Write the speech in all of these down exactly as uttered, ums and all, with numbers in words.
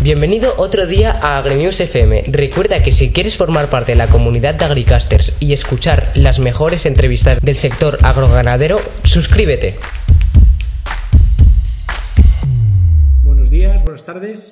Bienvenido otro día a AgriNews F M. Recuerda que si quieres formar parte de la comunidad de Agricasters y escuchar las mejores entrevistas del sector agroganadero, suscríbete. Buenos días, buenas tardes.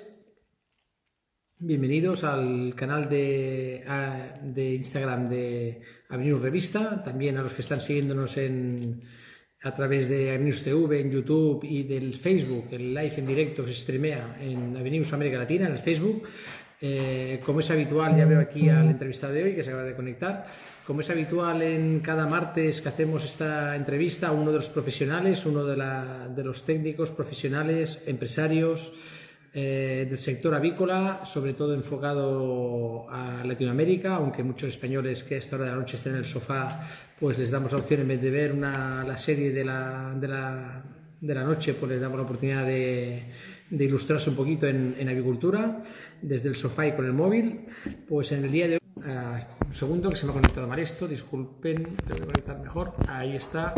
Bienvenidos al canal de, a, de Instagram de AgriNews Revista, también a los que están siguiéndonos en, a través de AgriNews T V en YouTube y del Facebook, el live en directo que se streamea en AgriNews América Latina, en el Facebook. Eh, como es habitual, ya veo aquí al entrevistado de hoy que se acaba de conectar. Como es habitual en cada martes que hacemos esta entrevista a uno de los profesionales, uno de, la, de los técnicos profesionales, empresarios eh, del sector avícola, sobre todo enfocado a Latinoamérica, aunque muchos españoles que a esta hora de la noche estén en el sofá, pues les damos la opción, en vez de ver una, la serie de la, de, la, de la noche, pues les damos la oportunidad de, de ilustrarse un poquito en, en avicultura, desde el sofá y con el móvil. Pues en el día de hoy, uh, un segundo que se me ha conectado mal esto, disculpen, tengo que conectar mejor, ahí está.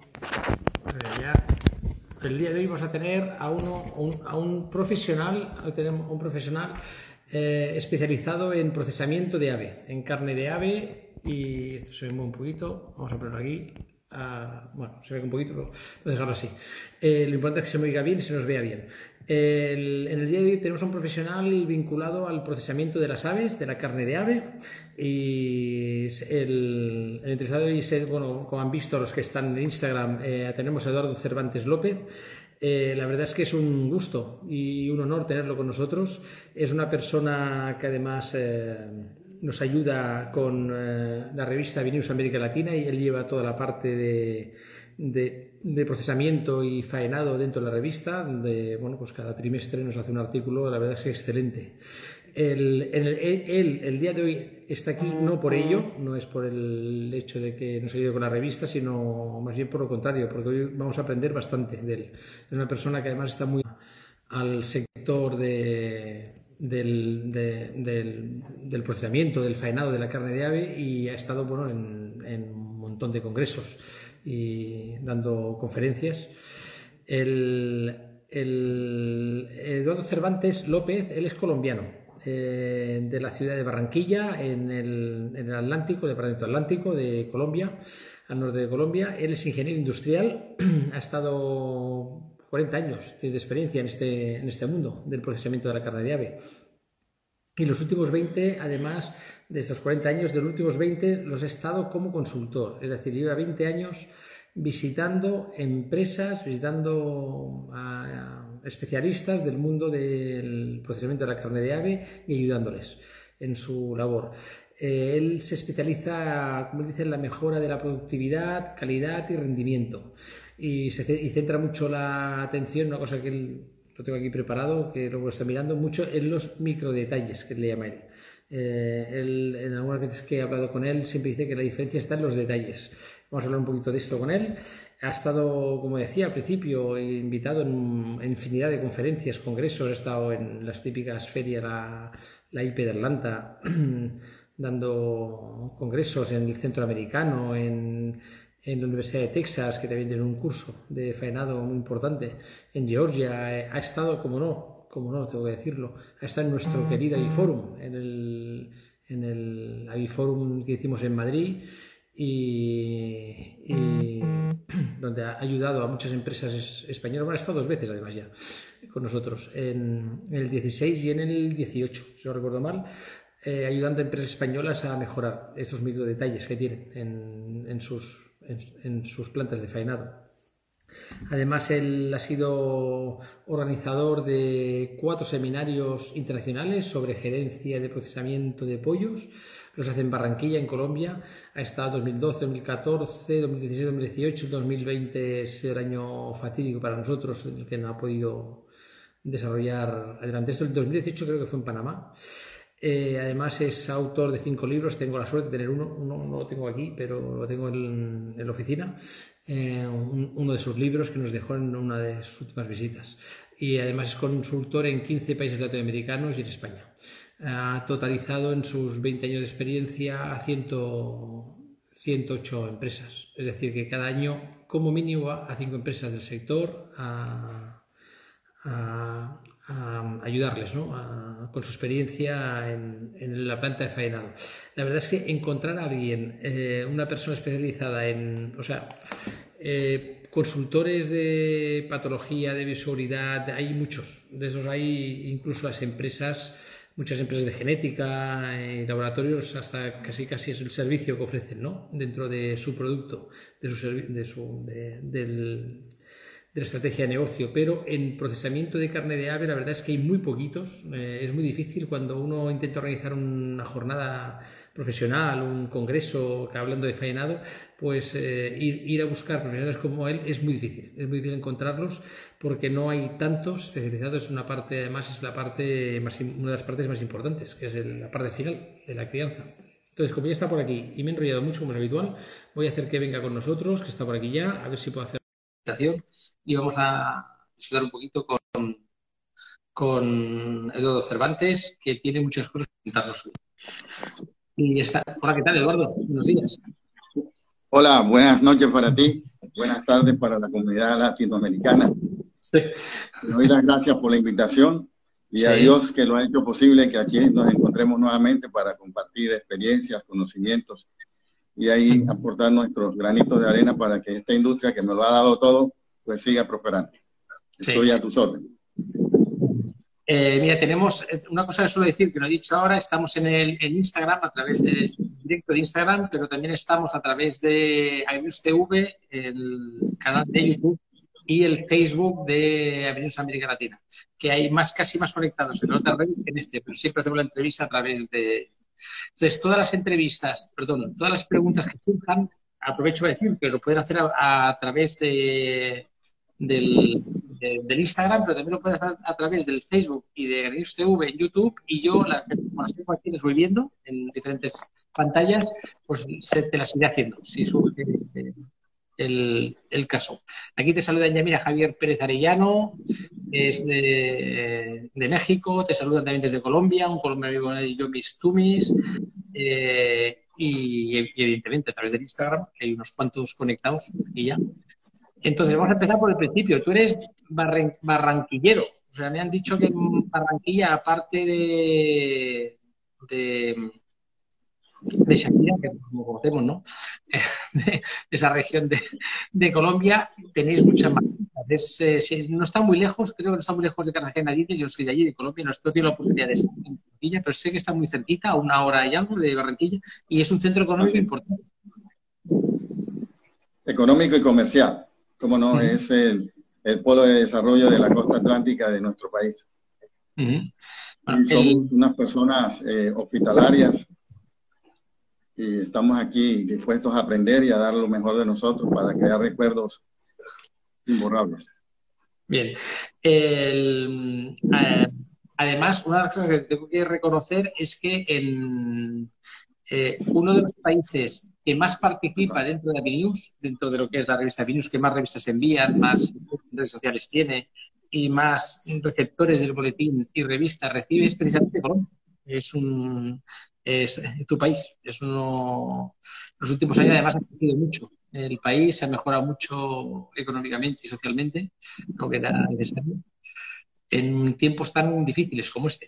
Ya. El día de hoy vamos a tener a, uno, un, a un profesional, tenemos un profesional eh, especializado en procesamiento de ave, en carne de ave, y esto se ve un poquito, vamos a ponerlo aquí, uh, bueno, se ve un poquito, pero vamos a dejarlo así. Eh, lo importante es que se me oiga bien y se nos vea bien. El, en el día de hoy tenemos a un profesional vinculado al procesamiento de las aves, de la carne de ave, y el, el interesado hoy es, bueno, como han visto los que están en Instagram, eh, tenemos a Eduardo Cervantes López. Eh, la verdad es que es un gusto y un honor tenerlo con nosotros. Es una persona que además eh, nos ayuda con eh, la revista AgriNews América Latina, y él lleva toda la parte de De, de procesamiento y faenado dentro de la revista, donde bueno, pues cada trimestre nos hace un artículo, la verdad es que excelente. El, el, él el día de hoy está aquí no por ello, no es por el hecho de que nos ayude con la revista, sino más bien por lo contrario, porque hoy vamos a aprender bastante de él. Es una persona que además está muy al sector de, del, de, del, del procesamiento, del faenado de la carne de ave, y ha estado bueno, en, en un montón de congresos y dando conferencias. El, el Eduardo Cervantes López, él es colombiano, eh, de la ciudad de Barranquilla, en el, en el Atlántico, el departamento Atlántico de Colombia, al norte de Colombia. Él es ingeniero industrial, ha estado cuarenta años de experiencia en este, en este mundo del procesamiento de la carne de ave. Y los últimos veinte, además de estos cuarenta años, de los últimos veinte los he estado como consultor. Es decir, lleva veinte años visitando empresas, visitando a especialistas del mundo del procesamiento de la carne de ave y ayudándoles en su labor. Eh, él se especializa, como dice, en la mejora de la productividad, calidad y rendimiento. Y, se, y centra mucho la atención, una cosa que él... lo tengo aquí preparado, que luego lo está mirando mucho, en los microdetalles, que le llama él. Eh, él. En algunas veces que he hablado con él siempre dice que la diferencia está en los detalles. Vamos a hablar un poquito de esto con él. Ha estado, como decía al principio, invitado en, en infinidad de conferencias, congresos. Ha estado en las típicas ferias, la, la I P de Atlanta, dando congresos en el centro americano, en... en la Universidad de Texas, que también tiene un curso de faenado muy importante, en Georgia. Ha estado, como no, como no, tengo que decirlo, ha estado en nuestro querido Aviforum, en el, en el Aviforum que hicimos en Madrid, y, y donde ha ayudado a muchas empresas españolas. Bueno, ha estado dos veces además ya con nosotros, en, en el dieciséis y en el dieciocho, si no recuerdo mal, eh, ayudando a empresas españolas a mejorar estos micro detalles que tienen en, en sus En, en sus plantas de faenado. Además, él ha sido organizador de cuatro seminarios internacionales sobre gerencia de procesamiento de pollos. Los hace en Barranquilla, en Colombia. Ha estado dos mil doce, dos mil catorce, dos mil dieciséis, dos mil dieciocho, dos mil veinte ha sido el año fatídico para nosotros, en el que no ha podido desarrollar adelante. Esto el dos mil dieciocho creo que fue en Panamá. Eh, además es autor de cinco libros. Tengo la suerte de tener uno, uno no lo tengo aquí, pero lo tengo en, en la oficina, eh, un, uno de sus libros que nos dejó en una de sus últimas visitas. Y además es consultor en quince países latinoamericanos y en España. Ha totalizado en sus veinte años de experiencia a ciento, ciento ocho empresas, es decir que cada año como mínimo va a cinco empresas del sector a a, a ayudarles, ¿no? a, con su experiencia en, en la planta de faenado. La verdad es que encontrar a alguien, eh, una persona especializada en, o sea, eh, consultores de patología, de bioseguridad, hay muchos, de esos hay incluso las empresas, muchas empresas de genética y laboratorios, hasta casi casi es el servicio que ofrecen, ¿no? Dentro de su producto, de su, de su de, del de la estrategia de negocio, pero en procesamiento de carne de ave la verdad es que hay muy poquitos, eh, es muy difícil cuando uno intenta organizar una jornada profesional, un congreso hablando de faenado, pues eh, ir, ir a buscar profesionales como él es muy difícil, es muy difícil encontrarlos porque no hay tantos especializados en una parte, además es la parte más, una de las partes más importantes, que es el, la parte final de la crianza. Entonces, como ya está por aquí y me he enrollado mucho como es habitual, voy a hacer que venga con nosotros, que está por aquí ya, a ver si puedo hacer y vamos a discutir un poquito con, con Eduardo Cervantes, que tiene muchas cosas que contarnos hoy. Y está. Hola, ¿qué tal, Eduardo? Buenos días. Hola, buenas noches para ti, buenas tardes para la comunidad latinoamericana. Sí. Le doy las gracias por la invitación y sí. a Dios que lo ha hecho posible que aquí nos encontremos nuevamente para compartir experiencias, conocimientos y ahí aportar nuestros granitos de arena para que esta industria que me lo ha dado todo, pues siga prosperando. Estoy sí. a tus órdenes. Eh, mira, tenemos una cosa que suelo decir, que no he dicho ahora, estamos en el en Instagram, a través del directo de Instagram, pero también estamos a través de Avenus T V, el canal de YouTube y el Facebook de Avenus América Latina, que hay más, casi más conectados en el otra red que en este, pero siempre hacemos la entrevista a través de... Entonces, todas las entrevistas, perdón, todas las preguntas que surjan, aprovecho para decir que lo pueden hacer a, a través de, del, de, del Instagram, pero también lo pueden hacer a través del Facebook y de Avenus T V en YouTube, y yo, la, como las tengo aquí, las voy viendo en diferentes pantallas, pues se, te las iré haciendo, si surge eh, el, el caso. Aquí te saludan ya, mira, Javier Pérez Arellano, es de, de México, te saludan también desde Colombia, un colombiano de Yomis Tumis, eh, y, y evidentemente a través del Instagram, que hay unos cuantos conectados aquí ya. Entonces, vamos a empezar por el principio. Tú eres barren, barranquillero, o sea, me han dicho que en Barranquilla, aparte de... de de Shakira, que como conocemos, ¿no? De esa región de, de Colombia, tenéis muchas más. Es, eh, si no está muy lejos, creo que no está muy lejos de Cartagena. Dice, yo soy de allí, de Colombia, no estoy teniendo la oportunidad de estar en Barranquilla, pero sé que está muy cerquita, a una hora y algo de Barranquilla, y es un centro económico importante. Económico y comercial, como no, uh-huh. es el, el polo de desarrollo de la costa atlántica de nuestro país. Uh-huh. Bueno, y somos el... unas personas eh, hospitalarias, y estamos aquí dispuestos a aprender y a dar lo mejor de nosotros para crear recuerdos imborrables. Bien. El, eh, además, una de las cosas que tengo que reconocer es que en eh, uno de los países que más participa dentro de Avinews, dentro de lo que es la revista Avinews, que más revistas envían, más redes sociales tiene y más receptores del boletín y revistas recibe, es precisamente Colombia. Es un... es tu país. Es uno, los últimos años además ha crecido mucho. El país se ha mejorado mucho económicamente y socialmente, lo que era necesario, en tiempos tan difíciles como este.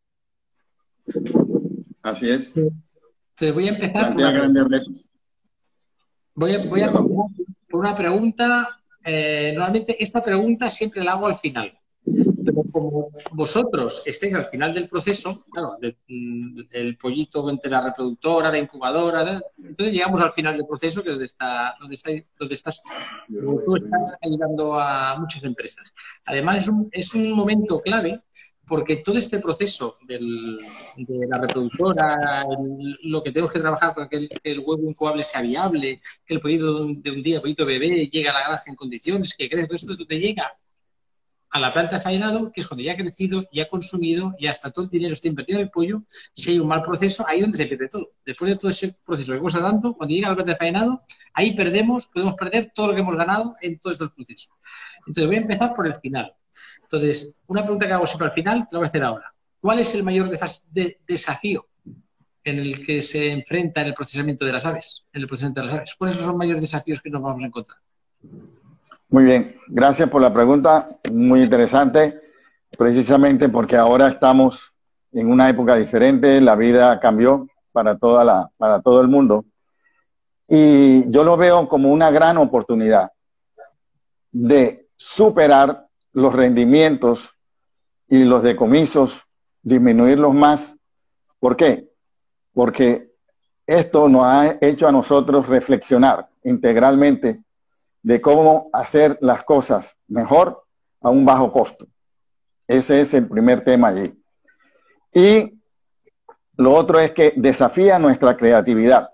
Así es. Entonces voy a empezar por una, grandes retos. Voy a, voy a comenzar por una pregunta. Eh, normalmente esta pregunta siempre la hago al final. Pero como vosotros estáis al final del proceso, claro, de, de, el pollito entre la reproductora, la incubadora, ¿verdad? Entonces llegamos al final del proceso, que es donde, está, donde, está, donde estás, tú estás ayudando a muchas empresas. Además, es un, es un momento clave porque todo este proceso del, de la reproductora, el, lo que tenemos que trabajar para que el, que el huevo incubable sea viable, que el pollito de un día, el pollito bebé, llegue a la granja en condiciones, que crece, todo esto te llega a la planta de faenado, que es cuando ya ha crecido, ya ha consumido, ya hasta todo el dinero está invertido en el pollo. Si hay un mal proceso, ahí es donde se pierde todo. Después de todo ese proceso que cuesta tanto, cuando llega a la planta de faenado, ahí perdemos, podemos perder todo lo que hemos ganado en todos estos procesos. Entonces voy a empezar por el final. Entonces, una pregunta que hago siempre al final, te la voy a hacer ahora. ¿Cuál es el mayor de desafío en el que se enfrenta en el procesamiento de las aves? En el procesamiento de las aves. ¿Cuáles son los mayores desafíos que nos vamos a encontrar? Muy bien, gracias por la pregunta, muy interesante. precisamente porque ahora estamos en una época diferente, la vida cambió para, toda la, para todo el mundo. Y yo lo veo como una gran oportunidad de superar los rendimientos y los decomisos, disminuirlos más. ¿Por qué? Porque esto nos ha hecho a nosotros reflexionar integralmente de cómo hacer las cosas mejor a un bajo costo. Ese es el primer tema allí. Y lo otro es que desafía nuestra creatividad.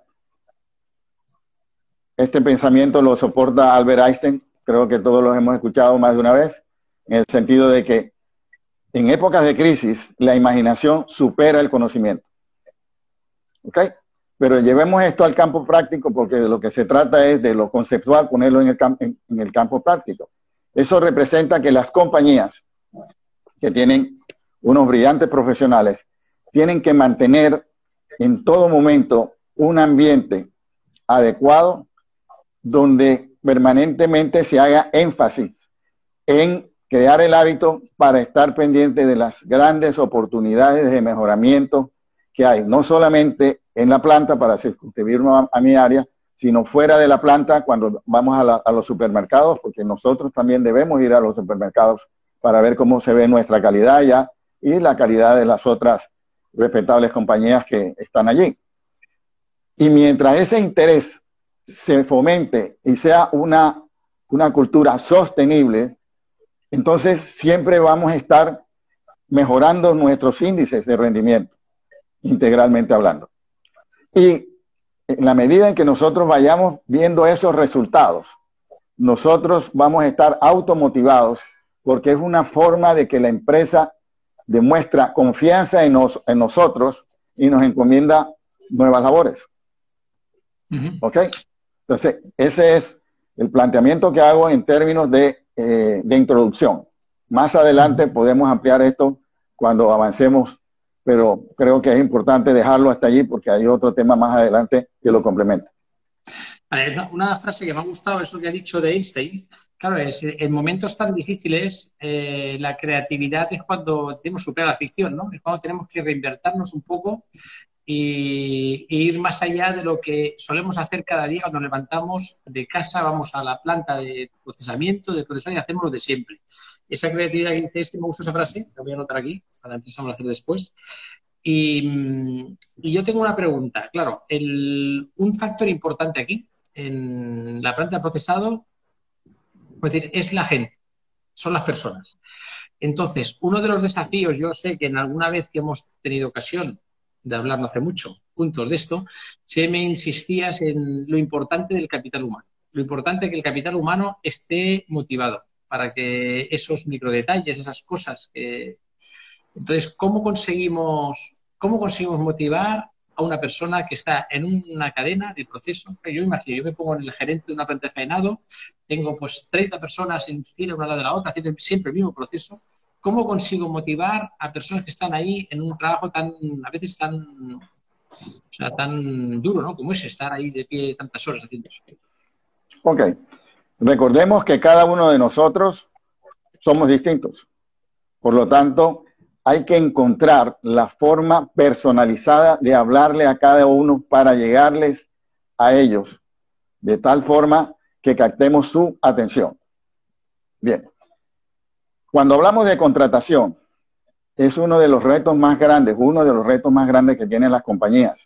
Este pensamiento lo soporta Albert Einstein, creo que todos los hemos escuchado más de una vez, en el sentido de que en épocas de crisis la imaginación supera el conocimiento. ¿Ok? Pero llevemos esto al campo práctico porque de lo que se trata es de lo conceptual, ponerlo en el, en, en el campo práctico. Eso representa que las compañías que tienen unos brillantes profesionales tienen que mantener en todo momento un ambiente adecuado donde permanentemente se haga énfasis en crear el hábito para estar pendiente de las grandes oportunidades de mejoramiento que hay, no solamente en la planta para circunscribirnos a, a mi área, sino fuera de la planta cuando vamos a, la, a los supermercados, porque nosotros también debemos ir a los supermercados para ver cómo se ve nuestra calidad ya y la calidad de las otras respetables compañías que están allí. Y mientras ese interés se fomente y sea una, una cultura sostenible, entonces siempre vamos a estar mejorando nuestros índices de rendimiento, integralmente hablando. Y en la medida en que nosotros vayamos viendo esos resultados, nosotros vamos a estar automotivados porque es una forma de que la empresa demuestra confianza en, nos, en nosotros y nos encomienda nuevas labores. Uh-huh. ¿Ok? Entonces, ese es el planteamiento que hago en términos de, eh, de introducción. Más adelante uh-huh. podemos ampliar esto cuando avancemos, pero creo que es importante dejarlo hasta allí porque hay otro tema más adelante que lo complementa. Vale, una frase que me ha gustado, eso que ha dicho de Einstein. Claro, es, en momentos tan difíciles, eh, la creatividad es cuando decimos superar la ficción, ¿no? Es cuando tenemos que reinvertirnos un poco y, y ir más allá de lo que solemos hacer cada día cuando nos levantamos de casa, vamos a la planta de procesamiento, de procesar y hacemos lo de siempre. Esa creatividad que dice este, me gusta esa frase, la voy a anotar aquí, para antes vamos a hacer después. Y, y yo tengo una pregunta. Claro, el, un factor importante aquí en la planta de procesado, es decir, es la gente, son las personas. Entonces, uno de los desafíos, yo sé que en alguna vez que hemos tenido ocasión de hablar no hace mucho, juntos de esto, se me insistías en lo importante del capital humano. Lo importante es que el capital humano esté motivado para que esos microdetalles, esas cosas que... Entonces, ¿cómo conseguimos, cómo conseguimos motivar a una persona que está en una cadena de proceso? Yo imagino, yo me pongo en el gerente de una planta de faenado, tengo pues treinta personas en fila una al lado de la otra, haciendo siempre el mismo proceso. ¿Cómo consigo motivar a personas que están ahí en un trabajo tan, a veces tan, o sea, tan duro, ¿no? Como es estar ahí de pie tantas horas haciendo eso. Ok. Recordemos que cada uno de nosotros somos distintos. Por lo tanto, hay que encontrar la forma personalizada de hablarle a cada uno para llegarles a ellos, de tal forma que captemos su atención. Bien. Cuando hablamos de contratación, es uno de los retos más grandes, uno de los retos más grandes que tienen las compañías,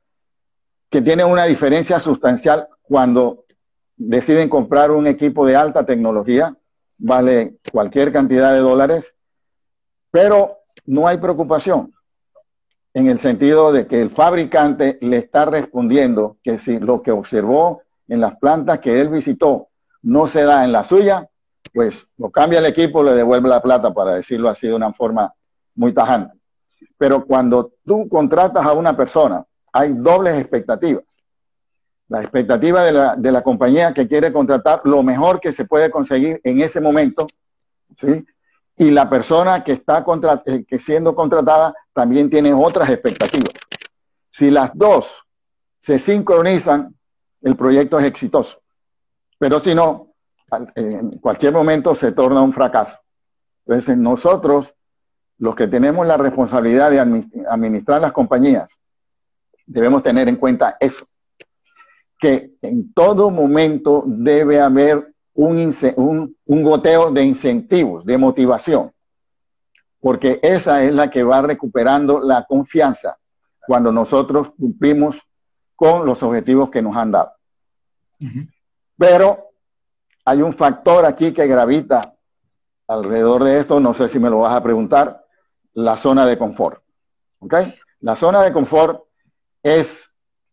que tienen una diferencia sustancial cuando deciden comprar un equipo de alta tecnología, vale cualquier cantidad de dólares, pero no hay preocupación en el sentido de que el fabricante le está respondiendo que si lo que observó en las plantas que él visitó no se da en la suya, pues lo cambia el equipo, le devuelve la plata, para decirlo así de una forma muy tajante. Pero cuando tú contratas a una persona, hay dobles expectativas. La expectativa de la, de la compañía que quiere contratar lo mejor que se puede conseguir en ese momento, ¿sí? Y la persona que está contra, que siendo contratada también tiene otras expectativas. Si las dos se sincronizan, el proyecto es exitoso. Pero si no, en cualquier momento se torna un fracaso. Entonces, nosotros, los que tenemos la responsabilidad de administrar las compañías, debemos tener en cuenta eso, que en todo momento debe haber un, un, un goteo de incentivos, de motivación, porque esa es la que va recuperando la confianza cuando nosotros cumplimos con los objetivos que nos han dado. Uh-huh. Pero hay un factor aquí que gravita alrededor de esto, no sé si me lo vas a preguntar, la zona de confort. ¿Ok? La zona de confort es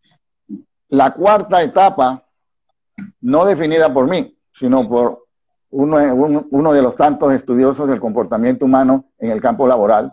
la cuarta etapa, no definida por mí, sino por uno, uno, uno de los tantos estudiosos del comportamiento humano en el campo laboral.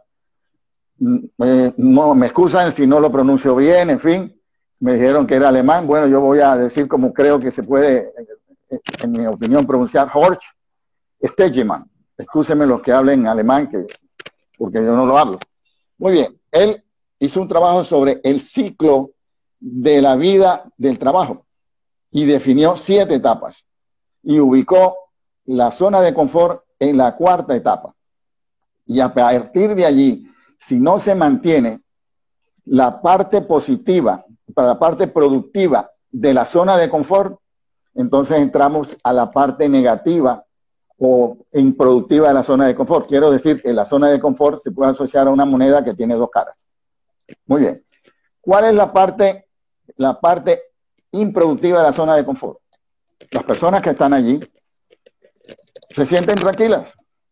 Eh, no, me excusan si no lo pronuncio bien, en fin, me dijeron que era alemán. Bueno, yo voy a decir como creo que se puede, en mi opinión, pronunciar Horst Stegemann. Excúsenme los que hablen alemán, que, porque yo no lo hablo. Muy bien, él hizo un trabajo sobre el ciclo de la vida del trabajo y definió siete etapas y ubicó la zona de confort en la cuarta etapa. Y a partir de allí, si no se mantiene la parte positiva, la parte productiva de la zona de confort, entonces entramos a la parte negativa o improductiva de la zona de confort. Quiero decir que la zona de confort se puede asociar a una moneda que tiene dos caras. Muy bien. ¿Cuál es la parte, la parte improductiva de la zona de confort? Las personas que están allí se sienten tranquilas.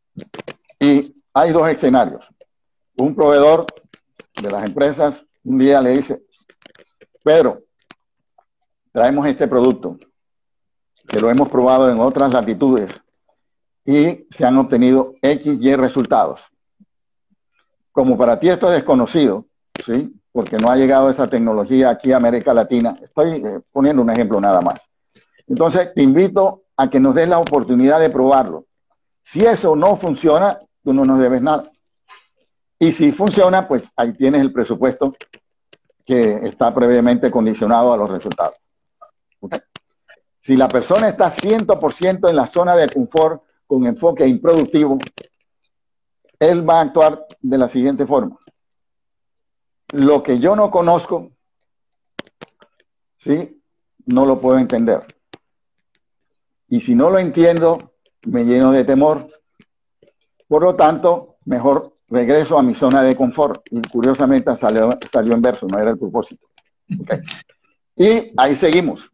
Y hay dos escenarios. Un proveedor de las empresas un día le dice: Pedro, traemos este producto, que lo hemos probado en otras latitudes y se han obtenido X Y resultados. Como para ti esto es desconocido, ¿sí? Porque no ha llegado esa tecnología aquí a América Latina, estoy eh, poniendo un ejemplo nada más. Entonces, te invito a que nos des la oportunidad de probarlo. Si eso no funciona, tú no nos debes nada. Y si funciona, pues ahí tienes el presupuesto que está previamente condicionado a los resultados. ¿Okay? Si la persona está cien por ciento en la zona de confort con enfoque improductivo, él va a actuar de la siguiente forma. Lo que yo no conozco, ¿sí? No lo puedo entender. Y si no lo entiendo, me lleno de temor. Por lo tanto, mejor regreso a mi zona de confort. Y curiosamente salió, salió en verso, no era el propósito. Okay. Y ahí seguimos.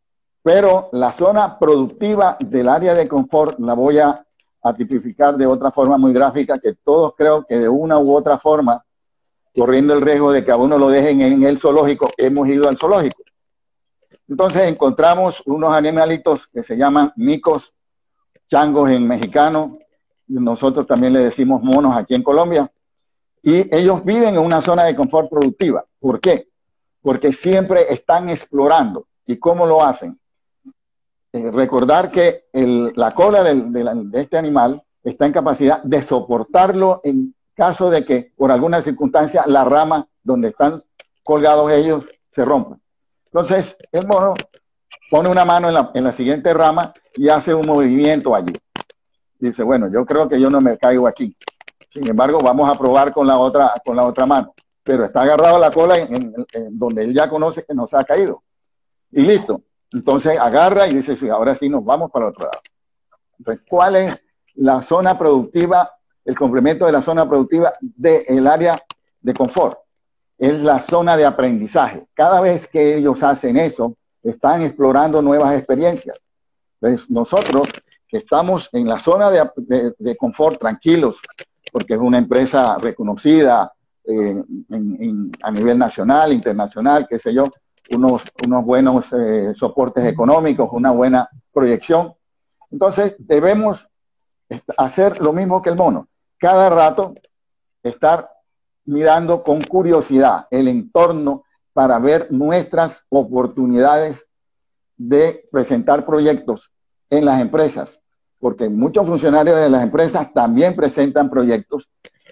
Pero la zona productiva del área de confort la voy a, a tipificar de otra forma muy gráfica, que todos creo que de una u otra forma, corriendo el riesgo de que a uno lo dejen en el zoológico, hemos ido al zoológico. Entonces encontramos unos animalitos que se llaman micos, changos en mexicano, nosotros también le decimos monos aquí en Colombia, y ellos viven en una zona de confort productiva. ¿Por qué? Porque siempre están explorando. ¿Y cómo lo hacen? Eh, recordar que el, la cola del, de, la, de este animal está en capacidad de soportarlo en caso de que por alguna circunstancia la rama donde están colgados ellos se rompa. Entonces el mono pone una mano en la, en la siguiente rama y hace un movimiento allí. Dice, bueno, yo creo que yo no me caigo aquí. Sin embargo, vamos a probar con la otra, con la otra mano. Pero está agarrado a la cola en, en, en donde él ya conoce que no se ha caído. Y listo. Entonces agarra y dice, sí, ahora sí nos vamos para el otro lado. Entonces, ¿cuál es la zona productiva, el complemento de la zona productiva del área de confort? Es la zona de aprendizaje. Cada vez que ellos hacen eso, están explorando nuevas experiencias. Entonces, nosotros que estamos en la zona de, de, de confort tranquilos, porque es una empresa reconocida eh, en, en, a nivel nacional, internacional, qué sé yo, unos, unos buenos eh, soportes económicos, una buena proyección. Entonces, debemos hacer lo mismo que el mono. Cada rato estar mirando con curiosidad el entorno para ver nuestras oportunidades de presentar proyectos en las empresas, porque muchos funcionarios de las empresas también presentan proyectos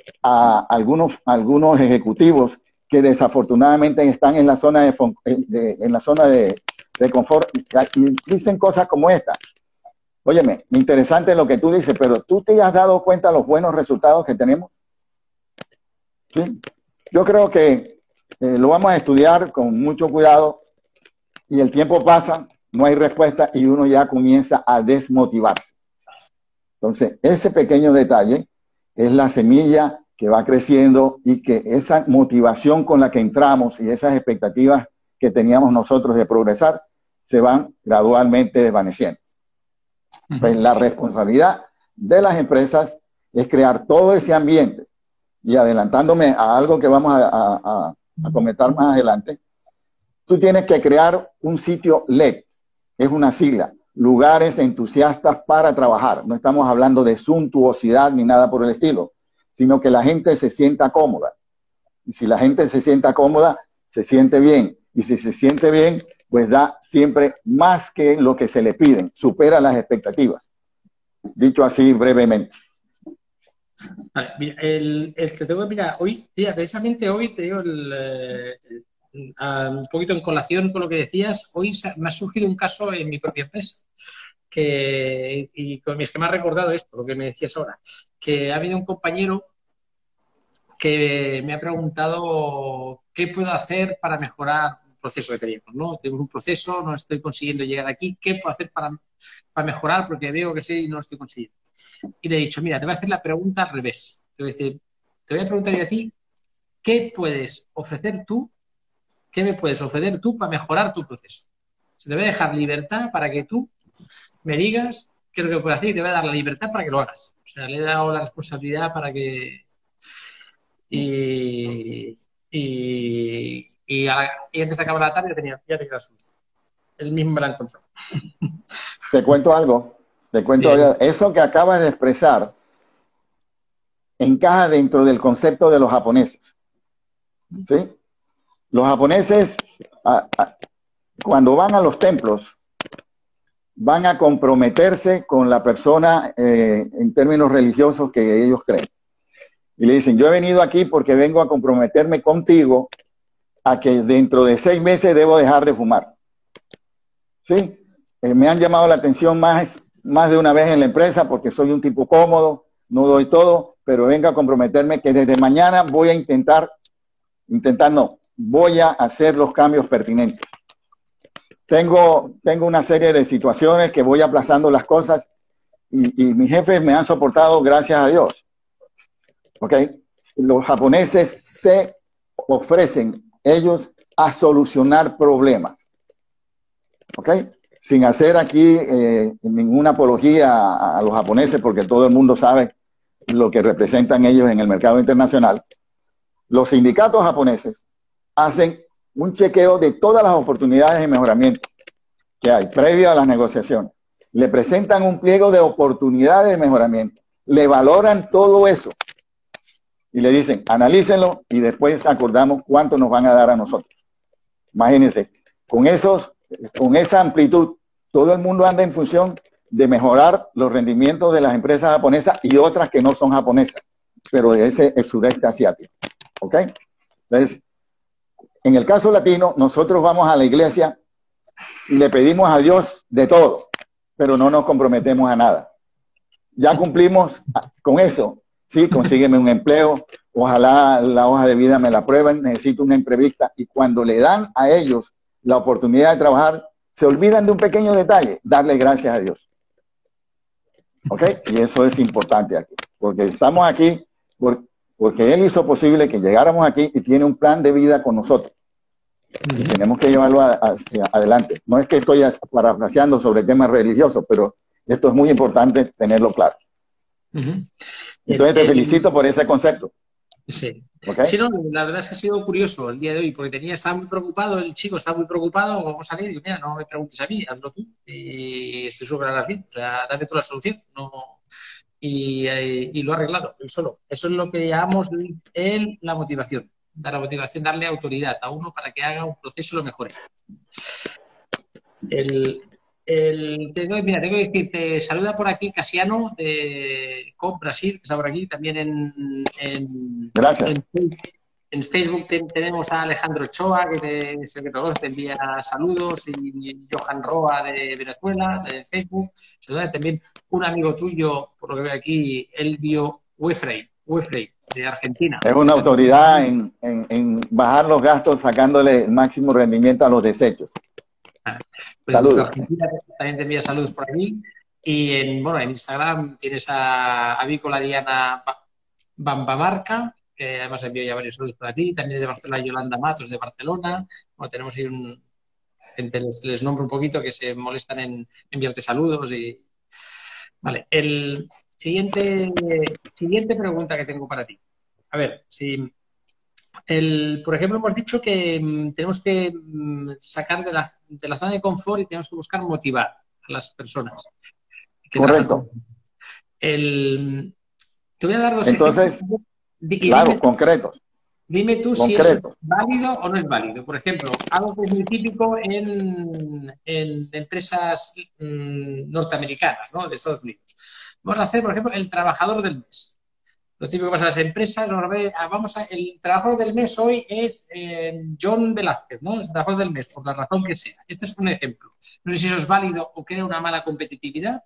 a algunos, algunos ejecutivos que desafortunadamente están en la zona de, de, en la zona de, de confort y dicen cosas como esta. óyeme, interesante lo que tú dices, pero ¿tú te has dado cuenta de los buenos resultados que tenemos? ¿Sí? Yo creo que eh, lo vamos a estudiar con mucho cuidado y el tiempo pasa, no hay respuesta y uno ya comienza a desmotivarse. Entonces, ese pequeño detalle es la semilla que va creciendo y que esa motivación con la que entramos y esas expectativas que teníamos nosotros de progresar se van gradualmente desvaneciendo. Pues la responsabilidad de las empresas es crear todo ese ambiente. Y adelantándome a algo que vamos a, a, a comentar más adelante, tú tienes que crear un sitio L E D, es una sigla, lugares entusiastas para trabajar. No estamos hablando de suntuosidad ni nada por el estilo, sino que la gente se sienta cómoda. Y si la gente se sienta cómoda, se siente bien. Y si se siente bien, pues da siempre más que lo que se le piden, supera las expectativas. Dicho así brevemente. Vale, mira, el, el, te tengo que mirar, hoy, mira, precisamente hoy te digo, el, el, un poquito en colación con lo que decías, hoy me ha surgido un caso en mi propia empresa, que, y con, es que me ha recordado esto, lo que me decías ahora, que ha habido un compañero que me ha preguntado qué puedo hacer para mejorar un proceso que teníamos, ¿no? Tengo un proceso, no estoy consiguiendo llegar aquí, ¿qué puedo hacer para, para mejorar? Porque veo que sí y no lo estoy consiguiendo. Y le he dicho, mira, te voy a hacer la pregunta al revés. Te voy a decir, te voy a preguntar yo a ti, ¿qué puedes ofrecer tú? ¿Qué me puedes ofrecer tú para mejorar tu proceso? Se te voy a dejar libertad para que tú me digas qué es lo que puedes hacer y te voy a dar la libertad para que lo hagas. O sea, le he dado la responsabilidad para que... Y, y, y, a, y antes de acabar la tarde ya tenía, ya tenía la solución. Él mismo me la encontró. Te cuento algo. Te cuento algo. Eso que acabas de expresar encaja dentro del concepto de los japoneses. ¿Sí? Los japoneses, a, a, cuando van a los templos, van a comprometerse con la persona eh, en términos religiosos que ellos creen. Y le dicen, yo he venido aquí porque vengo a comprometerme contigo a que dentro de seis meses debo dejar de fumar. ¿Sí? Eh, me han llamado la atención más, más de una vez en la empresa porque soy un tipo cómodo, no doy todo, pero vengo a comprometerme que desde mañana voy a intentar, intentar no, voy a hacer los cambios pertinentes. Tengo, tengo una serie de situaciones que voy aplazando las cosas y, y mis jefes me han soportado, gracias a Dios. ¿Okay? Los japoneses se ofrecen ellos a solucionar problemas. ¿Okay? Sin hacer aquí eh, ninguna apología a, a los japoneses, porque todo el mundo sabe lo que representan ellos en el mercado internacional. Los sindicatos japoneses hacen un chequeo de todas las oportunidades de mejoramiento que hay previo a las negociaciones. Le presentan un pliego de oportunidades de mejoramiento. Le valoran todo eso. Y le dicen, analícenlo y después acordamos cuánto nos van a dar a nosotros. Imagínense, con, esos, con esa amplitud, todo el mundo anda en función de mejorar los rendimientos de las empresas japonesas y otras que no son japonesas, pero de ese el sureste asiático. ¿Ok? Entonces, en el caso latino, nosotros vamos a la iglesia y le pedimos a Dios de todo, pero no nos comprometemos a nada. Ya cumplimos con eso. Sí, consígueme un empleo, ojalá la hoja de vida me la prueben, necesito una entrevista. Y cuando le dan a ellos la oportunidad de trabajar, se olvidan de un pequeño detalle, darle gracias a Dios. ¿Ok? Y eso es importante aquí, porque estamos aquí por, porque Él hizo posible que llegáramos aquí y tiene un plan de vida con nosotros. Y tenemos que llevarlo a, a, a, adelante. No es que estoy parafraseando sobre temas religiosos, pero esto es muy importante tenerlo claro. Uh-huh. Entonces te felicito por ese concepto. Sí. ¿Okay? Sí, no, la verdad es que ha sido curioso el día de hoy, porque tenía, estaba muy preocupado, el chico estaba muy preocupado, vamos a ver, y digo, mira, no me preguntes a mí, hazlo tú, y estoy súper a las bien, o sea, dame tú la solución, no, y, y, y lo ha arreglado, él solo. Eso es lo que llamamos él la motivación, dar la motivación, darle autoridad a uno para que haga un proceso y lo mejore. El... El, tengo, mira, tengo que decirte, saluda por aquí Casiano de C O P Brasil, que está por aquí, también en, en, Gracias. en, en Facebook te, tenemos a Alejandro Ochoa, que te, es el que te conoce, te envía saludos, y Johan Roa de Venezuela, de Facebook. También un amigo tuyo, por lo que veo aquí, Elvio Wefrey, Wefrey, de Argentina. Es una autoridad en, en, en bajar los gastos, sacándole el máximo rendimiento a los desechos. Ah, pues saludos. Argentina también te envía saludos por aquí. Y en, bueno, en Instagram tienes a Avícola Diana Bambamarca, que además envió ya varios saludos para ti. También de Barcelona, Yolanda Matos, de Barcelona. Bueno, tenemos ahí un... Gente, les, les nombro un poquito, que se molestan en enviarte saludos. Y vale, el siguiente, siguiente pregunta que tengo para ti. A ver, si... El, por ejemplo, hemos dicho que mm, tenemos que mm, sacar de la, de la zona de confort y tenemos que buscar motivar a las personas. Correcto. El, te voy a dar los Entonces, ejemplos. claro, Dime, concretos. Dime tú concretos. si es válido o no es válido. Por ejemplo, algo que es muy típico en, en empresas mmm, norteamericanas, ¿no? De Estados Unidos. Vamos a hacer, por ejemplo, el trabajador del mes. Lo típico que pasa en las empresas, vamos a, el trabajador del mes hoy es eh, John Velázquez, ¿no? Es el trabajador del mes, por la razón que sea. Este es un ejemplo. No sé si eso es válido o crea una mala competitividad.